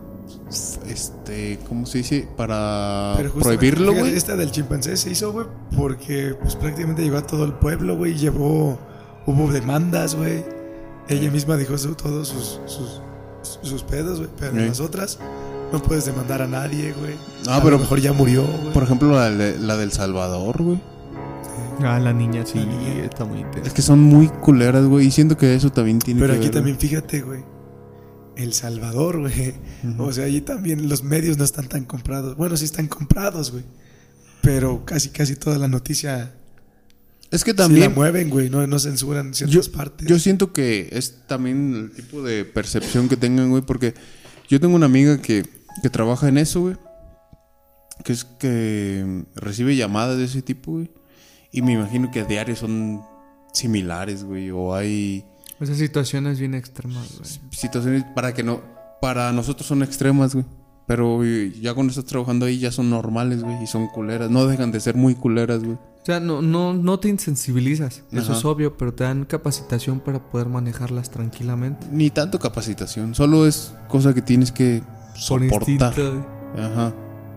¿cómo se dice? Para Pero justamente, prohibirlo, fíjate, güey. esta del chimpancé se hizo, güey, porque pues prácticamente llegó a todo el pueblo, güey. Hubo demandas, güey. Ella misma dijo todos sus pedos, güey. Pero Sí. las otras no puedes demandar a nadie, güey. Ah, A pero- lo mejor ya murió, güey. Por ejemplo, la del Salvador, güey. Ah, la niña sí, La niña. está muy intensa. Es que son muy culeras, güey. Y siento que eso también tiene Pero que aquí ver, también, fíjate, güey. El Salvador, güey. Ujú. O sea, allí también los medios no están tan comprados. Bueno, sí están comprados, güey. Pero casi toda la noticia Es que sí la también mueven, güey. No censuran ciertas partes. yo siento que es también el tipo de percepción que tengan, güey. Porque yo tengo una amiga que trabaja en eso, güey. Que es que recibe llamadas de ese tipo, güey. Y me imagino que a diario son similares, güey. O hay Esas situaciones bien extremas, güey. situaciones para nosotros son extremas, güey. Pero ya cuando estás trabajando ahí ya son normales, güey. Y son culeras. No dejan de ser muy culeras, güey. O sea, no te insensibilizas, eso Ajá. es obvio, pero te dan capacitación para poder manejarlas tranquilamente. Ni tanto capacitación. Solo es cosa que tienes que Por soportar. instinto, Ajá.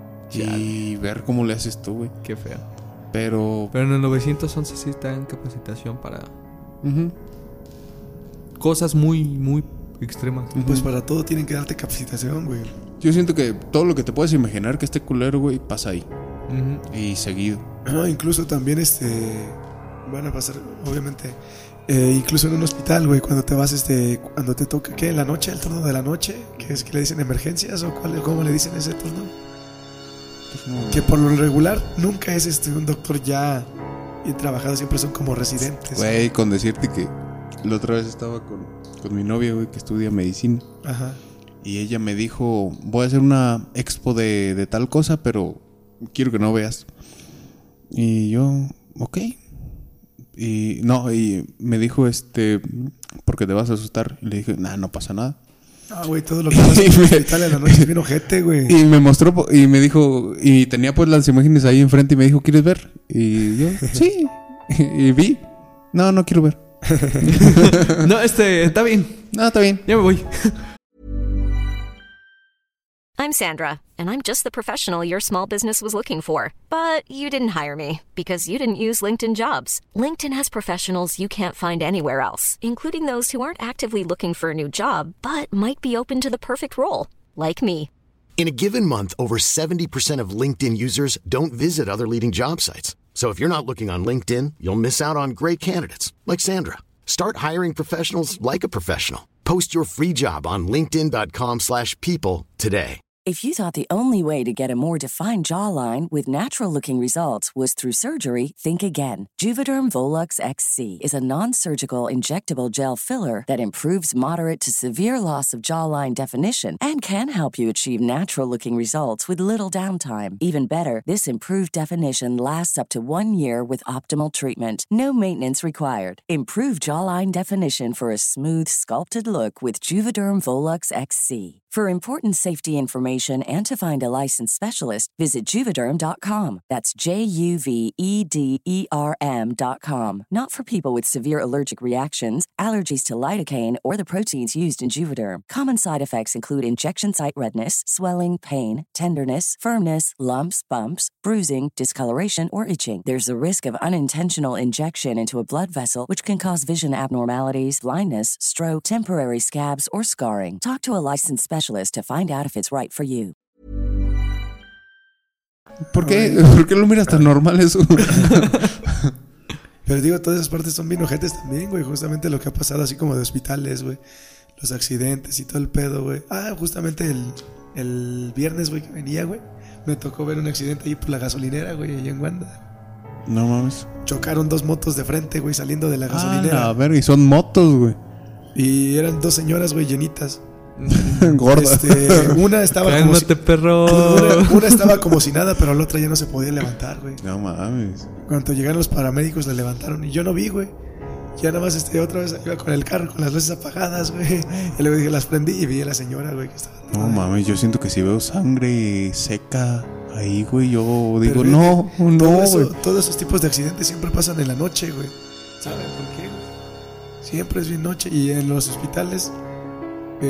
Y ver cómo le haces tú, güey. qué feo. Pero... Pero en el 911 sí te dan capacitación para Ujú. cosas muy, muy extremas. Pues para todo tienen que darte capacitación, güey. Yo siento que todo lo que te puedes imaginar que esté culero, güey, pasa ahí. Ujú. Y seguido. No, incluso también van a pasar, obviamente, incluso en un hospital, güey, cuando te vas, cuando te toca, ¿qué? En la noche, el turno de la noche, que es que le dicen emergencias o cómo le dicen ese turno. Que por lo regular nunca es un doctor ya bien trabajado, siempre son como residentes. Güey, con decirte que la otra vez estaba con mi novia, güey, que estudia medicina. Ajá. Y ella me dijo, voy a hacer una expo de tal cosa, pero quiero que no veas. Y yo, ok. Y no, y me dijo, porque te vas a asustar. Y le dije, nah, no pasa nada. Ah, güey, todo lo que pasa en el hospital en la noche es bien ojete, güey. Y me mostró, y me dijo, y tenía pues las imágenes ahí enfrente y me dijo, ¿quieres ver? Y yo, sí. Y vi, no quiero ver. No, está bien, No, está bien. ya me voy. I'm Sandra, and I'm just the professional your small business was looking for. But you didn't hire me because you didn't use LinkedIn Jobs. LinkedIn has professionals you can't find anywhere else, including those who aren't actively looking for a new job, but might be open to the perfect role, like me. In a given month, over 70% of LinkedIn users don't visit other leading job sites. So if you're not looking on LinkedIn, you'll miss out on great candidates like Sandra. Start hiring professionals like a professional. Post your free job on linkedin.com/people today. If you thought the only way to get a more defined jawline with natural-looking results was through surgery, think again. Juvederm Volux XC is a non-surgical injectable gel filler that improves moderate to severe loss of jawline definition and can help you achieve natural-looking results with little downtime. Even better, this improved definition lasts up to 1 year with optimal treatment. No maintenance required. Improve jawline definition for a smooth, sculpted look with Juvederm Volux XC. For important safety information and to find a licensed specialist, visit Juvederm.com. That's JUVEDERM.com. Not for people with severe allergic reactions, allergies to lidocaine, or the proteins used in Juvederm. Common side effects include injection site redness, swelling, pain, tenderness, firmness, lumps, bumps, bruising, discoloration, or itching. There's a risk of unintentional injection into a blood vessel, which can cause vision abnormalities, blindness, stroke, temporary scabs, or scarring. Talk to a licensed specialist to find out if it's right for you. ¿Por qué lo miras tan normal eso? Pero digo, todas esas partes son bien ojetes también, güey. Justamente lo que ha pasado así como de hospitales, güey. Los accidentes y todo el pedo, güey. Justamente el viernes, güey, que venía, güey, me tocó ver un accidente ahí por la gasolinera, güey, ahí en Wanda. No mames. Chocaron 2 motos de frente, güey, saliendo de la gasolinera. A ver, y son motos, güey. Y eran 2 señoras, güey, llenitas. Gorda. Una estaba Cálmate, perro. Una estaba como si nada, pero la otra ya no se podía levantar, güey. No mames. Cuando llegaron los paramédicos la levantaron y yo no vi, güey. Ya nada más otra vez iba con el carro con las luces apagadas, güey. Y luego dije, las prendí y vi a la señora, güey, que estaba. No mames, yo siento que si veo sangre seca ahí, güey, yo digo, pero, güey. Todos esos tipos de accidentes siempre pasan en la noche, güey. ¿Saben por qué, güey? Siempre es bien noche. Y en los hospitales a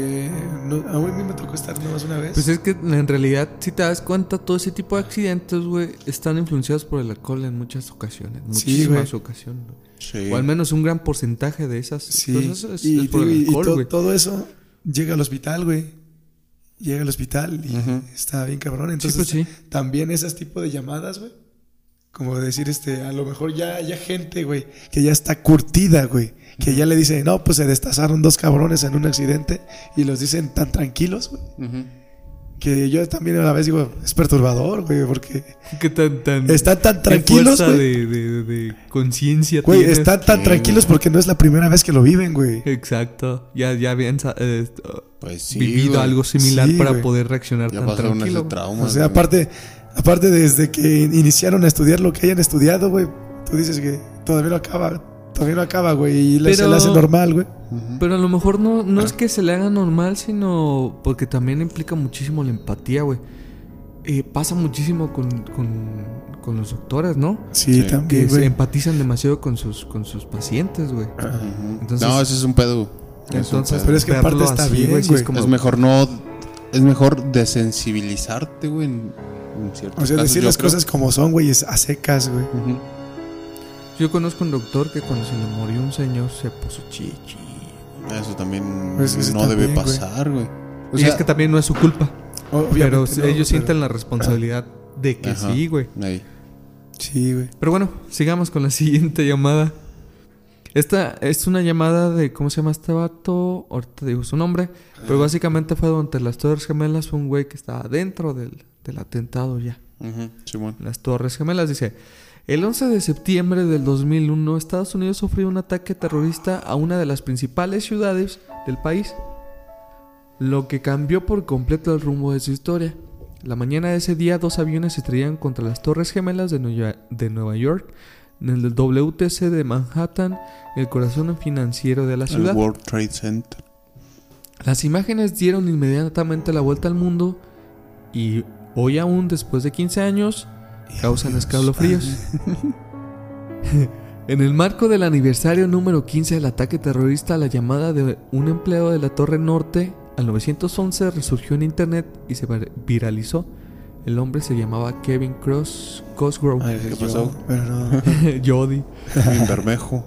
mí me tocó estar nomás una vez. Pues es que en realidad, si te das cuenta, todo ese tipo de accidentes, güey, están influenciados por el alcohol en muchas ocasiones. Muchísimas ocasiones. Sí. O al menos un gran porcentaje de esas cosas es por el alcohol, güey. Todo eso llega al hospital, güey. Llega al hospital y está bien cabrón. Entonces, sí. También esas tipos de llamadas, güey. Como decir, a lo mejor ya gente, güey, que ya está curtida, güey. Que ya le dice, no, pues se destazaron 2 cabrones en un accidente. Y los dicen tan tranquilos, güey. Que yo también a la vez digo, es perturbador, güey, porque están tan tranquilos, güey. De conciencia. Güey, están tan tranquilos porque no es la primera vez que lo viven, güey. Exacto. Ya habían pues sí, vivido güey. algo similar para güey. Poder reaccionar Ya tan pasaron tranquilo. ese trauma. O sea, aparte desde que iniciaron a estudiar lo que hayan estudiado, güey, tú dices que todavía no acaba, güey, y se le hace normal, güey. Pero a lo mejor no es que se le haga normal, sino porque también implica muchísimo la empatía, güey. Pasa muchísimo con los doctores, ¿no? Sí, también, que güey. se empatizan demasiado con sus pacientes, güey. Entonces, no, ese es un pedo. Entonces, pero es que aparte verlo está así, bien, güey, sí güey. es como- Es mejor desensibilizarte, güey, en ciertos O sea, casos, decir yo las creo. cosas como son, güey, es a secas, güey. Yo conozco un doctor que cuando se le murió un señor se puso chichi. Eso también Pues ese no también, debe güey. pasar, güey. O Y sea, es que también no es su culpa. Pero Obviamente no, ellos sienten la responsabilidad de que ajá, sí, güey. ahí. Sí, güey. Pero bueno, sigamos con la siguiente llamada. Esta es una llamada de... ¿Cómo se llama este vato? Ahorita digo su nombre. Pero básicamente fue durante las Torres Gemelas. Fue un güey que estaba dentro del atentado ya. Simón. Las Torres Gemelas dice... El 11 de septiembre del 2001, Estados Unidos sufrió un ataque terrorista a una de las principales ciudades del país, lo que cambió por completo el rumbo de su historia. La mañana de ese día, 2 aviones se estrellaron contra las Torres Gemelas de Nueva York, en el WTC de Manhattan, el corazón financiero de la El ciudad. World Trade Center. Las imágenes dieron inmediatamente la vuelta al mundo y hoy aún, después de 15 años, causan escalofríos. En el marco del aniversario número 15 del ataque terrorista, la llamada de un empleado de la Torre Norte al 911 resurgió en internet y se viralizó. El hombre se llamaba Kevin Cosgrove. ¿Qué pasó? Pero no. Jody. En Bermejo.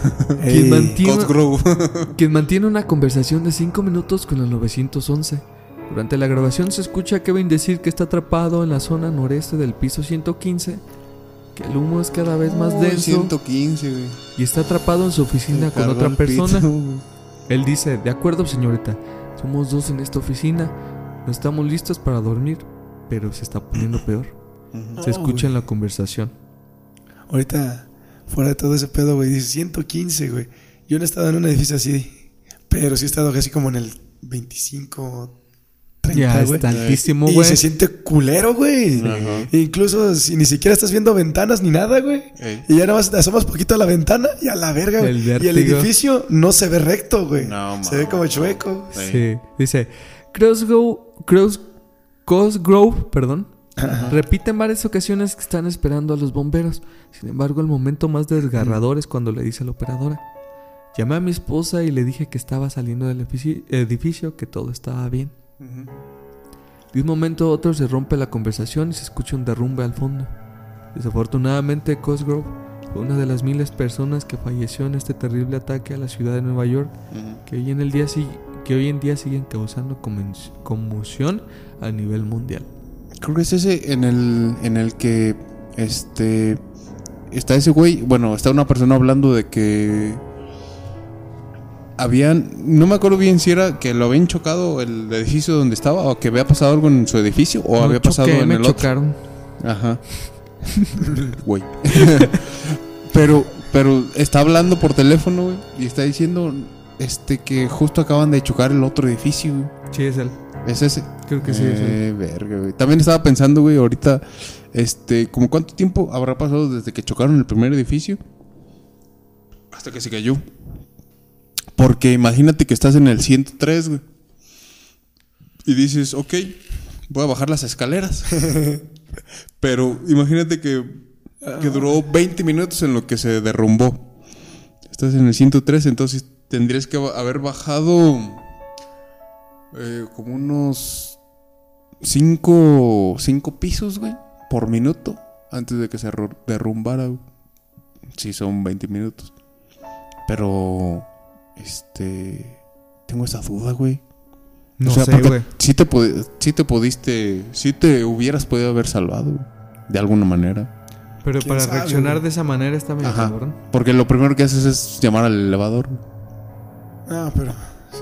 Quien mantiene una conversación de 5 minutos con el 911. Durante la grabación se escucha a Kevin decir que está atrapado en la zona noreste del piso 115, que el humo es cada vez más denso 115, güey. y está atrapado en su oficina con Cargó otra el persona. pito, güey. Él dice, de acuerdo señorita, somos 2 en esta oficina, No estamos listos para dormir, pero se está poniendo peor. Se escucha en la conversación. Ahorita, fuera de todo ese pedo, güey, dice 115, güey. Yo no he estado en un edificio así, pero sí he estado así como en el 25, 30, Ya güey. está altísimo, Y güey. se siente culero, güey. Incluso si ni siquiera estás viendo ventanas ni nada, güey. Y ya nada más te asomas poquito a la ventana y a la verga, güey. El Y el vértigo. edificio no se ve recto, güey. No, se ve como chueco. Sí. Dice, Cosgrove, perdón. Repite en varias ocasiones que están esperando a los bomberos. Sin embargo, el momento más desgarrador es cuando le dice a la operadora: llamé a mi esposa y le dije que estaba saliendo del edificio, que todo estaba bien. De un momento a otro se rompe la conversación y se escucha un derrumbe al fondo. Desafortunadamente, Cosgrove fue una de las miles de personas que falleció en este terrible ataque a la ciudad de Nueva York, que hoy en día siguen causando conmoción a nivel mundial. Creo que es ese en el que está ese güey. Bueno, está una persona hablando de que no me acuerdo bien si era que lo habían chocado el edificio donde estaba, o que había pasado algo en su edificio, o había pasado en el chocaron. otro. Ajá. Güey. pero está hablando por teléfono, güey, y está diciendo que justo acaban de chocar el otro edificio, güey. Sí, es él. ¿Es ese? Creo que sí, es él. Verga, güey. También estaba pensando, güey, ahorita, como cuánto tiempo habrá pasado desde que chocaron el primer edificio hasta que se cayó. Porque imagínate que estás en el 103, güey, y dices, ok, voy a bajar las escaleras. Pero imagínate que duró 20 minutos en lo que se derrumbó. Estás en el 103, entonces tendrías que haber bajado como unos 5 pisos, güey, por minuto antes de que se derrumbara, güey. Sí, son 20 minutos. Pero tengo esa duda, güey. No o sea, sé, güey. sí te hubieras podido haber salvado, güey, de alguna manera. Pero ¿Quién para sabe, reaccionar güey? de esa manera está medio Ajá. cabrón. Porque lo primero que haces es llamar al elevador, güey. Ah, pero sí.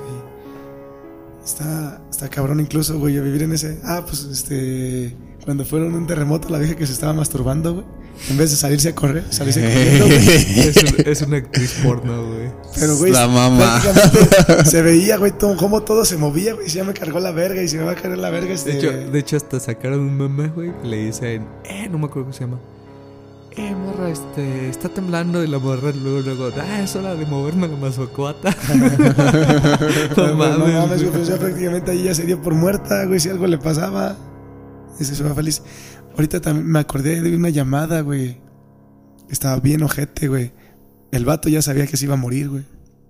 Está cabrón incluso, güey, a vivir en ese... cuando fueron un terremoto, la vieja que se estaba masturbando, güey, en vez de salirse corriendo, güey. Es una actriz porno, güey. Pero, güey, La mamá. prácticamente se veía, güey, cómo todo se movía, güey. Si ya me cargó la verga y si me va a caer la verga, De hecho, hasta sacaron un meme, güey, que le dicen, no me acuerdo cómo se llama. Morra, está temblando, y la morra luego, es hora de moverme la mazacuata. No mames, güey, pues ya prácticamente ahí ya se dio por muerta, güey, si algo le pasaba. Y se va feliz. Ahorita también me acordé de una llamada, güey. Estaba bien ojete, güey. El vato ya sabía que se iba a morir, güey.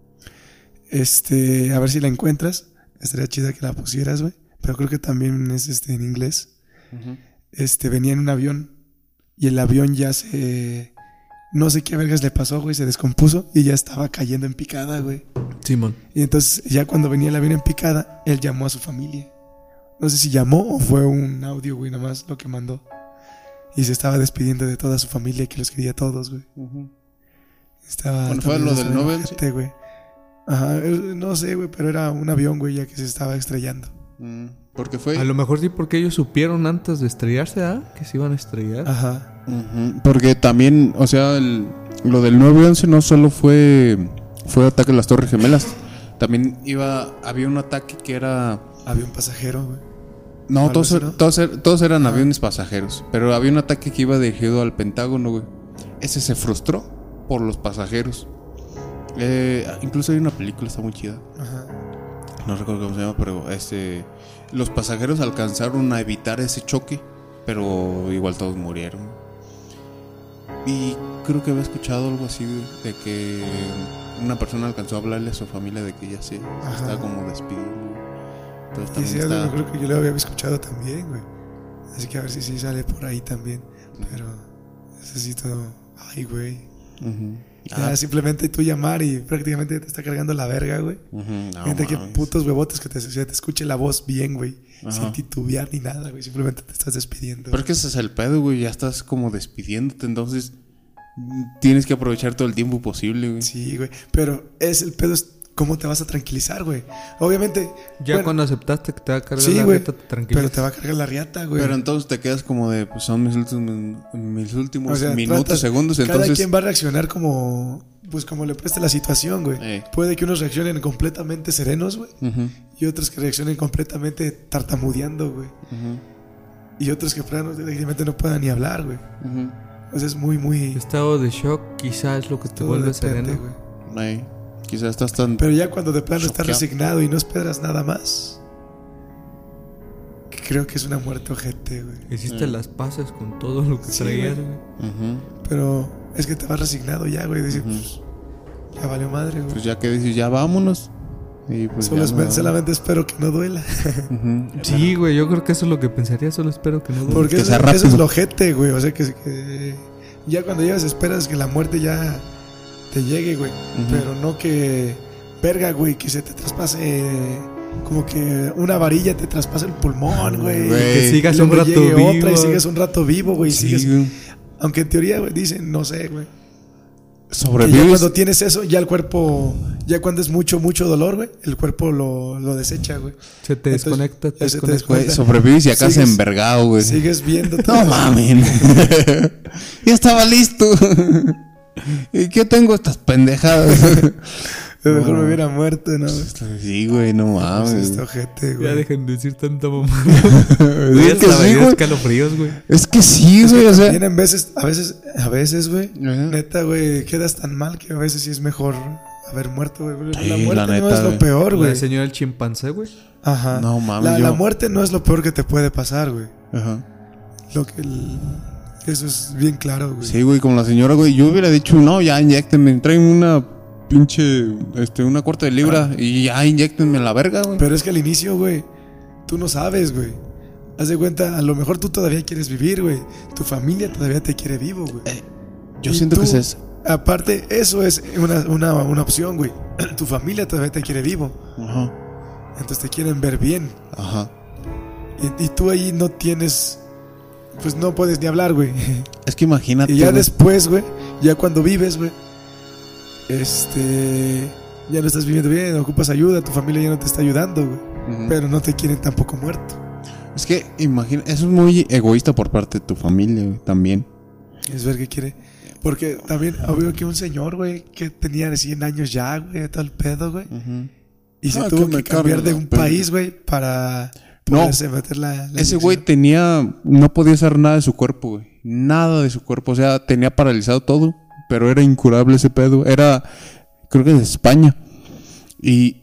A ver si la encuentras. Estaría chida que la pusieras, güey. Pero creo que también es en inglés. Venía en un avión. Y el avión ya no sé qué vergas le pasó, güey. Se descompuso y ya estaba cayendo en picada, güey. Simón. Y entonces ya cuando venía el avión en picada, él llamó a su familia. No sé si llamó o fue un audio, güey, nada más lo que mandó. Y se estaba despidiendo de toda su familia, que los quería a todos, güey. Estaba... Bueno, fue lo del Nobel, sí, güey. Ajá, no sé, güey, pero era un avión, güey, ya que se estaba estrellando. Porque fue... A lo mejor sí, porque ellos supieron antes de estrellarse, que se iban a estrellar. Ajá. Porque también, o sea, lo del 9/11 no solo fue ataque a las Torres Gemelas. También había un ataque que era... Avión pasajero, güey. No, todos eran aviones pasajeros. Pero había un ataque que iba dirigido al Pentágono, güey. Ese se frustró por los pasajeros. Incluso hay una película, está muy chida. Ajá. No recuerdo cómo se llama, pero los pasajeros alcanzaron a evitar ese choque, pero igual todos murieron. Y creo que había escuchado algo así de que una persona alcanzó a hablarle a su familia de que ya se estaba como despidiendo. Entonces, Y sí, yo creo que yo lo había escuchado también, güey. Así que a ver si sí sale por ahí también. Pero necesito... Ay, güey. Ya simplemente tú llamar y prácticamente te está cargando la verga, güey. Gente, que putos bebotes que te escuche la voz bien, güey. Sin titubear ni nada, güey. Simplemente te estás despidiendo. Pero es que ese es el pedo, güey. Ya estás como despidiéndote, entonces tienes que aprovechar todo el tiempo posible, güey. Sí, güey. Pero el pedo es ¿cómo te vas a tranquilizar, güey? Obviamente. Ya bueno, cuando aceptaste que te va a cargar sí, la güey, riata, te tranquilizas. pero te va a cargar la riata, güey. Pero entonces te quedas como de, pues son mis últimos O sea, minutos, segundos, cada entonces... quien va a reaccionar como le preste la situación, güey. Puede que unos reaccionen completamente serenos, güey. Ujú, Y otros que reaccionen completamente tartamudeando, güey. ujú, Y otros que prácticamente no puedan ni hablar, güey. ujú. O sea, es muy, muy... Estado de shock quizás es lo que te todo vuelve depende, sereno. güey. Quizás estás tan... Pero ya cuando de plano estás choqueado. resignado y no esperas nada más, creo que es una muerte ojete, güey. Hiciste las paces con todo lo que Sí, traías, güey. güey. Ujú. Pero es que te vas resignado ya, güey. Dices, Ujú. pues, ya valió madre, güey. Pues ya que dices, ya vámonos. Y pues ya no- Solamente espero que no duela. Ujú. Sí, güey, yo creo que eso es lo que pensaría. Solo espero que no duela. Porque Que eso, sea eso es rápido. lo ojete, güey. O sea, que ya cuando llegas esperas que la muerte ya te llegue, güey. Pero no que, verga, güey, que se te traspase, como que una varilla te traspase el pulmón, güey. Güey. Que sigas Y un luego rato llegue vivo. otra y sigas un rato vivo, güey. y Sí, sigues, güey. aunque en teoría, güey, dicen, no sé, güey. Que ya Sobrevives. cuando tienes eso, ya el cuerpo, ya cuando es mucho dolor, güey, el cuerpo lo desecha, güey. Se te Entonces, desconecta, ya se te Güey, sobrevives y acá se Sigues- envergado, güey. Sigues viendo todo. No mames. Ya estaba listo. ¿Y qué tengo estas pendejadas? Mejor No. me hubiera muerto, ¿no? Sí, güey, no Pues mames. este ojete, Ya güey. dejen de decir tanta mamada. Es que sí, güey. escalofríos, güey. Es que sí, güey, o sea. Vienen a veces, güey. Ajá. Neta, güey, quedas tan mal que a veces sí es mejor haber muerto, güey. Sí, La muerte la no neta, es lo güey. peor, La güey. señora el chimpancé, güey. Ajá. No mames, La yo- muerte no es lo peor que te puede pasar, güey. Ajá. Eso es bien claro, güey. Sí, güey, como la señora, güey. Yo hubiera dicho, no, ya inyéctenme. Traen una pinche, una cuarta de libra y ya inyéctenme la verga, güey. Pero es que al inicio, güey, tú no sabes, güey. Haz de cuenta, a lo mejor tú todavía quieres vivir, güey. Tu familia todavía te quiere vivo, güey. Yo Y siento tú, que es eso. Aparte, eso es una opción, güey. Tu familia todavía te quiere vivo. Ajá. Entonces te quieren ver bien. Ajá. Y tú ahí no tienes... Pues no puedes ni hablar, güey. Es que imagínate, Y ya güey. después, güey, ya cuando vives, güey, ya no estás viviendo bien, ocupas ayuda, tu familia ya no te está ayudando, güey. Ujú. Pero no te quieren tampoco muerto. Es que imagina, eso es muy egoísta por parte de tu familia, güey, también. Es ver qué quiere. Porque también obvio que un señor, güey, que tenía 100 años ya, güey, todo el pedo, güey. Y se Ah, tuvo que me que cambiar cargue de la un pena. país, güey, para No. poderse meter la Ese inyección. güey no podía hacer nada de su cuerpo, güey. Nada de su cuerpo, o sea, tenía paralizado todo, pero era incurable ese pedo. Era, creo que de España. Y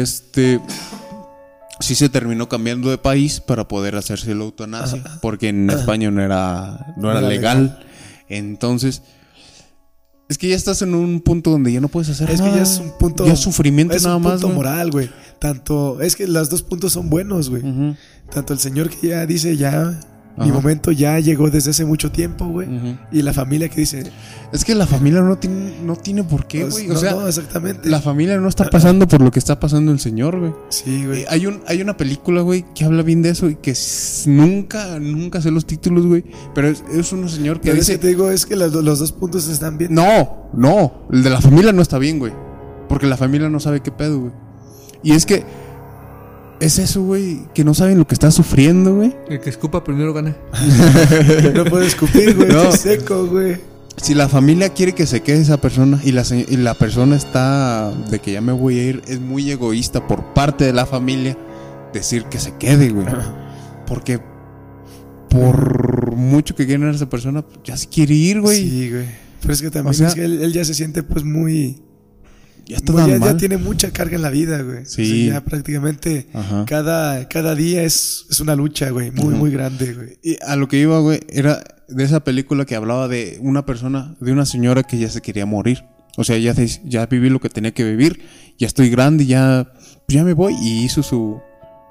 sí se terminó cambiando de país para poder hacerse la eutanasia, porque en España no era legal. Entonces, es que ya estás en un punto donde ya no puedes hacer Es nada. que ya es un punto. Ya es sufrimiento es nada un más, punto güey. moral, güey. Tanto. Es que los dos puntos son buenos, güey. Ujú. Tanto el señor que ya dice, ya. Mi Ajá. momento ya llegó desde hace mucho tiempo, güey. Ujú. Y la familia que dice. Es que la familia no tiene por qué, pues, güey. no, O sea, no, exactamente. la familia no está pasando por lo que está pasando el señor, güey. Sí, güey. Hay una película, güey, que habla bien de eso y que nunca sé los títulos, güey. Pero es un señor que Pero es dice... que te digo, es que los dos puntos están bien. No, el de la familia no está bien, güey. Porque la familia no sabe qué pedo, güey. Y es que es eso, güey, que no saben lo que está sufriendo, güey. El que escupa primero gana. No puedes escupir, güey. No. Estás seco, güey. Si la familia quiere que se quede esa persona y la persona está de que ya me voy a ir, es muy egoísta por parte de la familia decir que se quede, güey. Porque por mucho que quiera a esa persona, ya se quiere ir, güey. Sí, güey. Pero es que también O sea, es que él ya se siente, pues, muy. Ya está Pues tan ya mal. tiene mucha carga en la vida, güey. Sí. O sea, ya prácticamente Ajá. cada día es una lucha, güey. Muy, muy grande, güey. Y a lo que iba, güey, era de esa película que hablaba de una persona, de una señora que ya se quería morir. O sea, ya viví lo que tenía que vivir, ya estoy grande, ya me voy. Y hizo su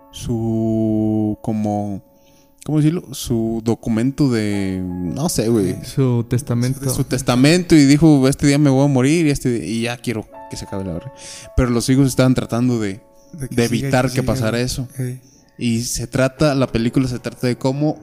como, ¿cómo decirlo? Su documento de, no sé, güey. Su testamento. Su testamento y dijo, este día me voy a morir y ya quiero que se acabe la verdad. Pero los hijos estaban tratando de que evitar siga, que pasara güey. eso. Ey. Y la película se trata de cómo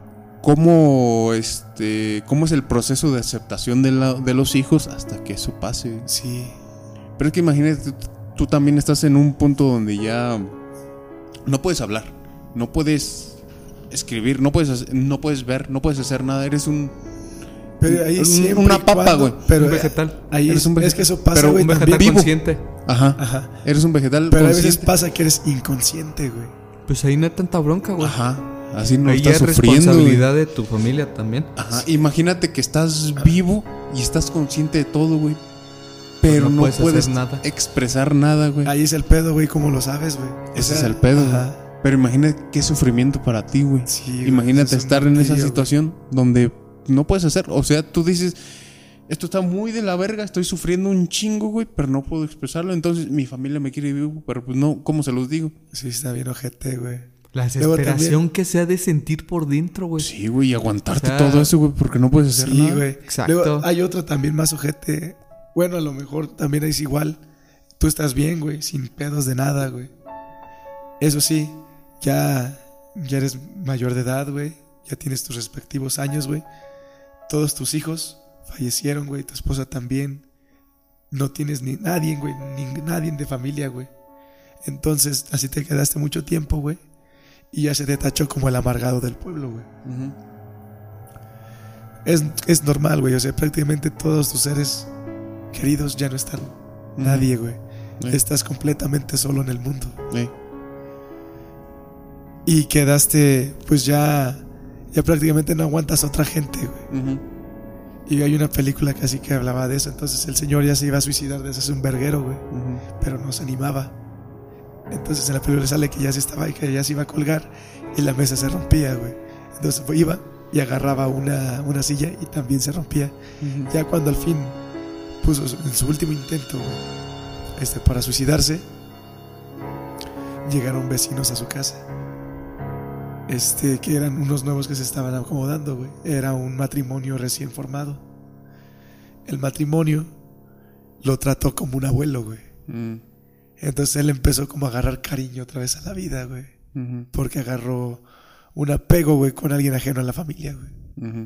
es el proceso de aceptación de los hijos hasta que eso pase. Sí. Pero es que imagínate, tú también estás en un punto donde ya no puedes hablar, no puedes escribir, no puedes ver, no puedes hacer nada. Eres pero ahí una papa, güey. Pero un vegetal. Ahí Eres un es que eso pasa, pero güey, Un vegetal también. consciente. Ajá. Eres un vegetal Pero a veces consciente. pasa que eres inconsciente, güey. Pues ahí no hay tanta bronca, güey. Ajá. Así no Ahí ya estás es sufriendo, güey. responsabilidad de tu familia también. Ajá. Imagínate que estás vivo y estás consciente de todo, güey. Pero no no puedes puedes hacer nada. expresar nada, güey. Ahí es el pedo, güey, como lo sabes, güey. O Ese sea, es el pedo, ajá. güey. Pero imagínate qué sufrimiento para ti, güey. Sí, güey, Imagínate es un estar en esa martirio, situación donde no puedes hacer. O sea, tú dices, esto está muy de la verga, estoy sufriendo un chingo, güey, pero no puedo expresarlo. Entonces mi familia me quiere vivo, pero pues no, ¿cómo se los digo? Sí, está bien ojete, güey. La Luego desesperación también- que se ha de sentir por dentro, güey. Sí, güey, y aguantarte O sea, todo eso, güey, porque no puedes hacer Sí, nada. güey. Exacto. Luego hay otro también más ojete. Bueno, a lo mejor también es igual. Tú estás bien, güey, sin pedos de nada, güey. Eso sí, ya eres mayor de edad, güey. Ya tienes tus respectivos años, güey. Todos tus hijos fallecieron, güey. Tu esposa también. No tienes ni nadie, güey. Ni nadie de familia, güey. Entonces, así te quedaste mucho tiempo, güey. Y ya se te tachó como el amargado del pueblo, güey. Ujú. Es normal, güey. O sea, prácticamente todos tus seres queridos ya no están. Nadie, güey. Estás completamente solo en el mundo. Y quedaste, pues ya prácticamente no aguantas a otra gente, güey. Ujú. Y hay una película casi que hablaba de eso. Entonces el señor ya se iba a suicidar desde hace un verguero, güey. Ujú. Pero no se animaba. Entonces en la película sale que ya que ya se iba a colgar y la mesa se rompía, güey. Entonces iba y agarraba una silla y también se rompía. Ujú. Ya cuando al fin puso en su último intento, güey, para suicidarse, llegaron vecinos a su casa. Que eran unos nuevos que se estaban acomodando, güey. Era un matrimonio recién formado. El matrimonio lo trató como un abuelo, güey. Mm. Entonces él empezó como a agarrar cariño otra vez a la vida, güey. Ujú. Porque agarró un apego, güey, con alguien ajeno a la familia, güey. Ujú.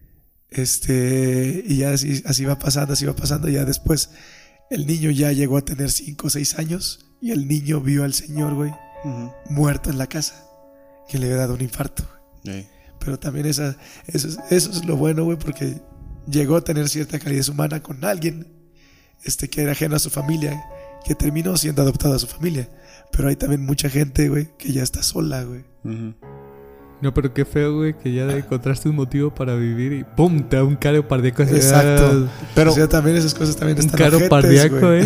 Y ya así va pasando. Ya después el niño ya llegó a tener 5 o 6 años. Y el niño vio al señor, güey, Ujú. muerto en la casa, que le había dado un infarto. Pero también eso es lo bueno, güey, porque llegó a tener cierta calidez humana con alguien que era ajeno a su familia, que terminó siendo adoptado a su familia. Pero hay también mucha gente, güey, que ya está sola, güey. Ujú. No, pero qué feo, güey, que ya encontraste un motivo para vivir y ¡pum! Te da un caro cardíaco. Exacto. Pero- o sea, también esas cosas también Un están caro ojetes, cardíaco, güey. eh.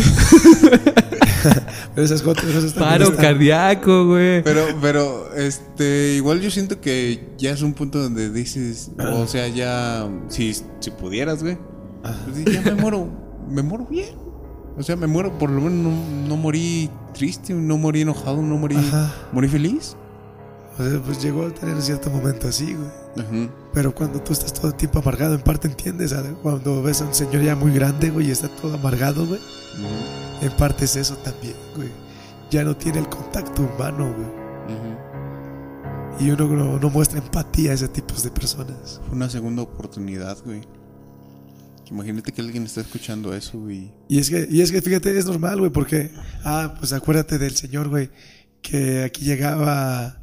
Pero esas cosas también Paro están... cardíaco, güey. Pero, igual yo siento que ya es un punto donde dices, o sea, ya, si pudieras, güey, pues ya me muero bien. O sea, me muero, por lo menos no morí triste, no morí enojado, Ajá. morí feliz. O sea, pues llegó a tener cierto momento así, güey. Ajá. Pero cuando tú estás todo el tiempo amargado, en parte entiendes, ¿sabes? Cuando ves a un señor ya muy grande, güey, y está todo amargado, güey. Ujú. En parte es eso también, güey. Ya no tiene el contacto humano, güey. Ujú. Y uno no muestra empatía a ese tipo de personas. Fue una segunda oportunidad, güey. Imagínate que alguien está escuchando eso, güey. Y es que fíjate, es normal, güey, porque... pues acuérdate del señor, güey, que aquí llegaba...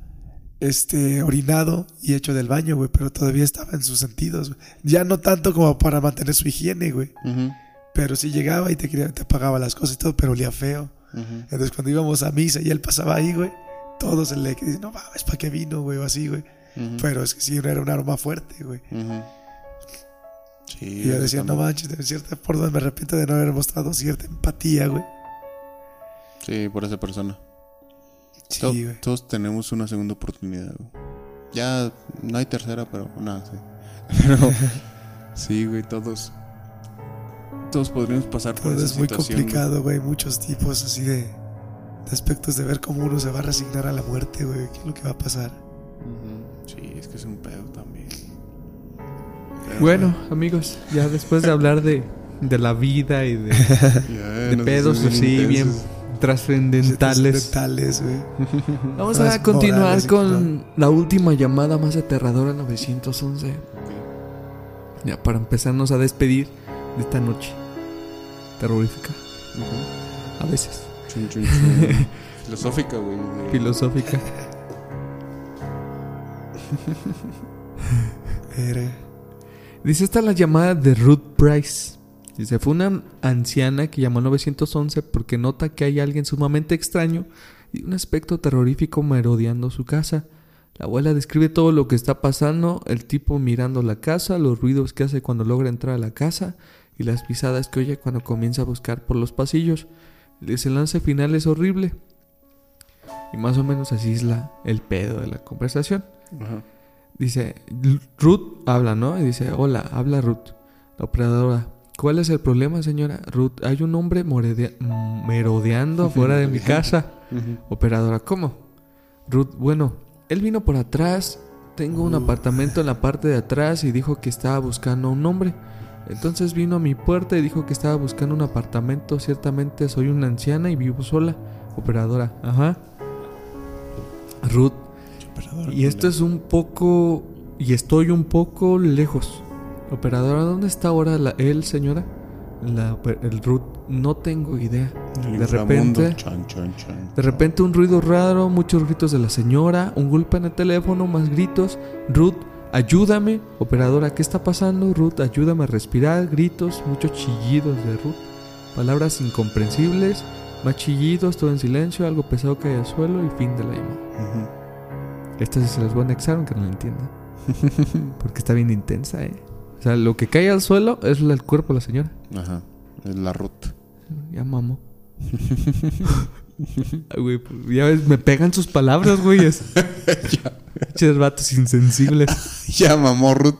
orinado y hecho del baño, güey, pero todavía estaba en sus sentidos, güey. Ya no tanto como para mantener su higiene, güey. Ujú. Pero sí llegaba y te apagaba las cosas y todo, pero olía feo. Ujú. Entonces cuando íbamos a misa y él pasaba ahí, güey, todos se le dicen, no mames, ¿para qué vino, güey? O así, güey. Ujú. Pero es que sí, era un aroma fuerte, güey. Ujú. Sí, Y yo decía, no manches, de cierta forma me arrepiento de no haber mostrado cierta empatía, güey. Sí, por esa persona. Sí, güey. Todos tenemos una segunda oportunidad, güey. Ya no hay tercera, pero nada, sí. Pero sí, güey, todos podríamos pasar por Todo esa es muy situación, complicado, güey. Muchos tipos así de aspectos de ver cómo uno se va a resignar a la muerte, güey. ¿Qué es lo que va a pasar? güey. Ujú. Sí, es que es un pedo también. Pero, Bueno, amigos, ya después de hablar de la vida y de ya, nos pedos hicimos así bien intensos. trascendentales, Trascendentales, güey. vamos Más a continuar morales y con la última llamada más aterradora, 911. Ya para empezarnos a despedir de esta noche terrorífica. Ujú. A veces. Chun, chun, chun. Filosófica, güey. Filosófica. Dice, esta es la llamada de Ruth Price. Dice, fue una anciana que llamó al 911 porque nota que hay alguien sumamente extraño y un aspecto terrorífico merodeando su casa. La abuela describe todo lo que está pasando, el tipo mirando la casa, los ruidos que hace cuando logra entrar a la casa y las pisadas que oye cuando comienza a buscar por los pasillos. El desenlace final es horrible. Y más o menos así es el pedo de la conversación. Ajá. Dice, Ruth habla, ¿no? Y dice, hola, habla Ruth. La operadora, ¿cuál es el problema, señora? Ruth, hay un hombre merodeando afuera de mi casa. Operadora, ¿cómo? Ruth, bueno, él vino por atrás. Tengo un apartamento en la parte de atrás y dijo que estaba buscando a un hombre. Entonces vino a mi puerta y dijo que estaba buscando un apartamento. Ciertamente soy una anciana y vivo sola. Operadora, ajá. Ruth, y esto es un poco... Y estoy un poco lejos. Operadora, ¿dónde está ahora él, señora? El Ruth, no tengo idea. De repente un ruido raro, muchos gritos de la señora, un golpe en el teléfono, más gritos. Ruth, ayúdame. Operadora, ¿qué está pasando? Ruth, ayúdame a respirar. Gritos, muchos chillidos de Ruth. Palabras incomprensibles, más chillidos, todo en silencio, algo pesado cae al suelo y fin de la llamada. Esta sí se las voy a anexar aunque no la entiendan. Porque está bien intensa, O sea, lo que cae al suelo es el cuerpo de la señora. Ajá, es la Ruth. Ya mamó. Ay, güey, ya ves, me pegan sus palabras, güeyes. Pinches vatos insensibles. Ya mamó Ruth.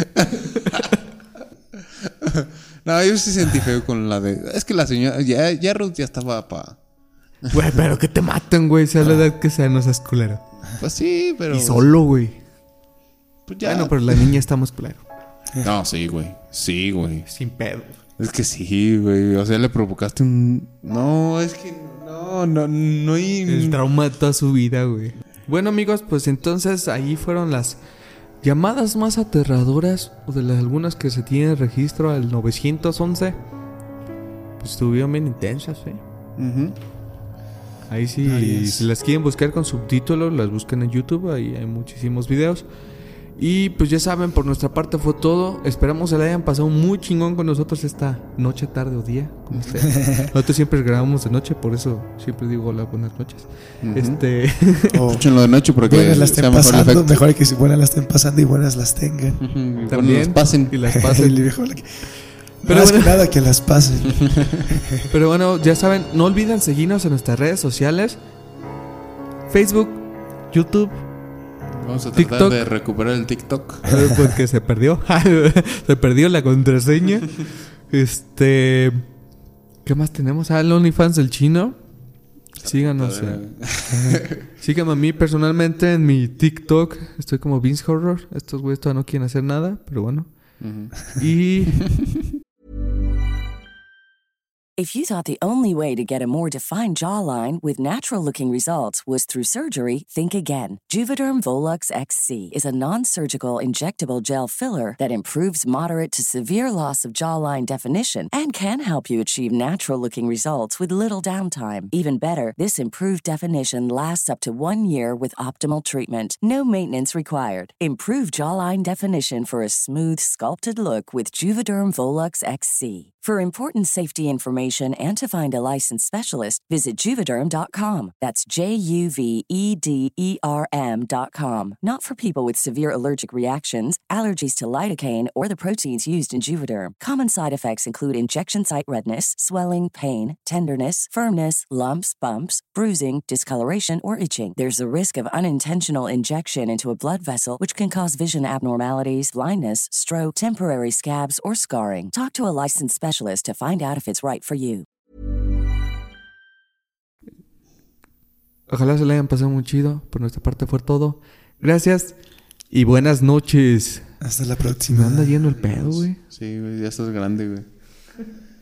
No, yo sí sentí feo con la de... Es que la señora... Ya Ruth ya estaba pa... Güey, pero que te maten, güey. Sea la edad que sea, no seas culero. Pues sí, pero... Y solo, güey. Pues ya... Bueno, pero la niña está más culero. No, sí, güey. Sí, güey. Sin pedo. Es que sí, güey. O sea, le provocaste un... No, es que... No hay... El trauma de toda su vida, güey. Bueno, amigos, pues entonces ahí fueron las llamadas más aterradoras, o de las algunas que se tiene registro al 911. Pues estuvieron bien intensas, Ahí sí, si las quieren buscar con subtítulos, las buscan en YouTube, ahí hay muchísimos videos. Y pues ya saben, por nuestra parte fue todo. Esperamos se la hayan pasado muy chingón con nosotros esta noche, tarde o día, como ustedes. Nosotros siempre grabamos de noche, por eso siempre digo hola, buenas noches. Escúchenlo de noche porque buenas las estén pasando, mejor que si buenas las estén pasando y buenas las tengan. También las pasen. y las pasen. Pero más que nada que las pasen. Pero bueno, ya saben, no olviden seguirnos en nuestras redes sociales: Facebook, YouTube. Vamos a tratar TikTok. de recuperar el TikTok. Porque se perdió. Se perdió la contraseña. ¿Qué más tenemos? El OnlyFans del chino. Síganos. Síganme a mí personalmente en mi TikTok. Estoy como Vince Horror. Estos güeyes todavía no quieren hacer nada, pero bueno. Y... If you thought the only way to get a more defined jawline with natural-looking results was through surgery, think again. Juvederm Volux XC is a non-surgical injectable gel filler that improves moderate to severe loss of jawline definition and can help you achieve natural-looking results with little downtime. Even better, this improved definition lasts up to 1 year with optimal treatment. No maintenance required. Improve jawline definition for a smooth, sculpted look with Juvederm Volux XC. For important safety information and to find a licensed specialist, visit Juvederm.com. That's JUVEDERM.com. Not for people with severe allergic reactions, allergies to lidocaine, or the proteins used in Juvederm. Common side effects include injection site redness, swelling, pain, tenderness, firmness, lumps, bumps, bruising, discoloration, or itching. There's a risk of unintentional injection into a blood vessel, which can cause vision abnormalities, blindness, stroke, temporary scabs, or scarring. Talk to a licensed specialist to find out if it's right for you. Ojalá se le hayan pasado muy chido. Por nuestra parte fue todo. Gracias y buenas noches. Hasta la próxima. Me anda yendo el pedo, güey. Sí, güey, ya estás grande, güey.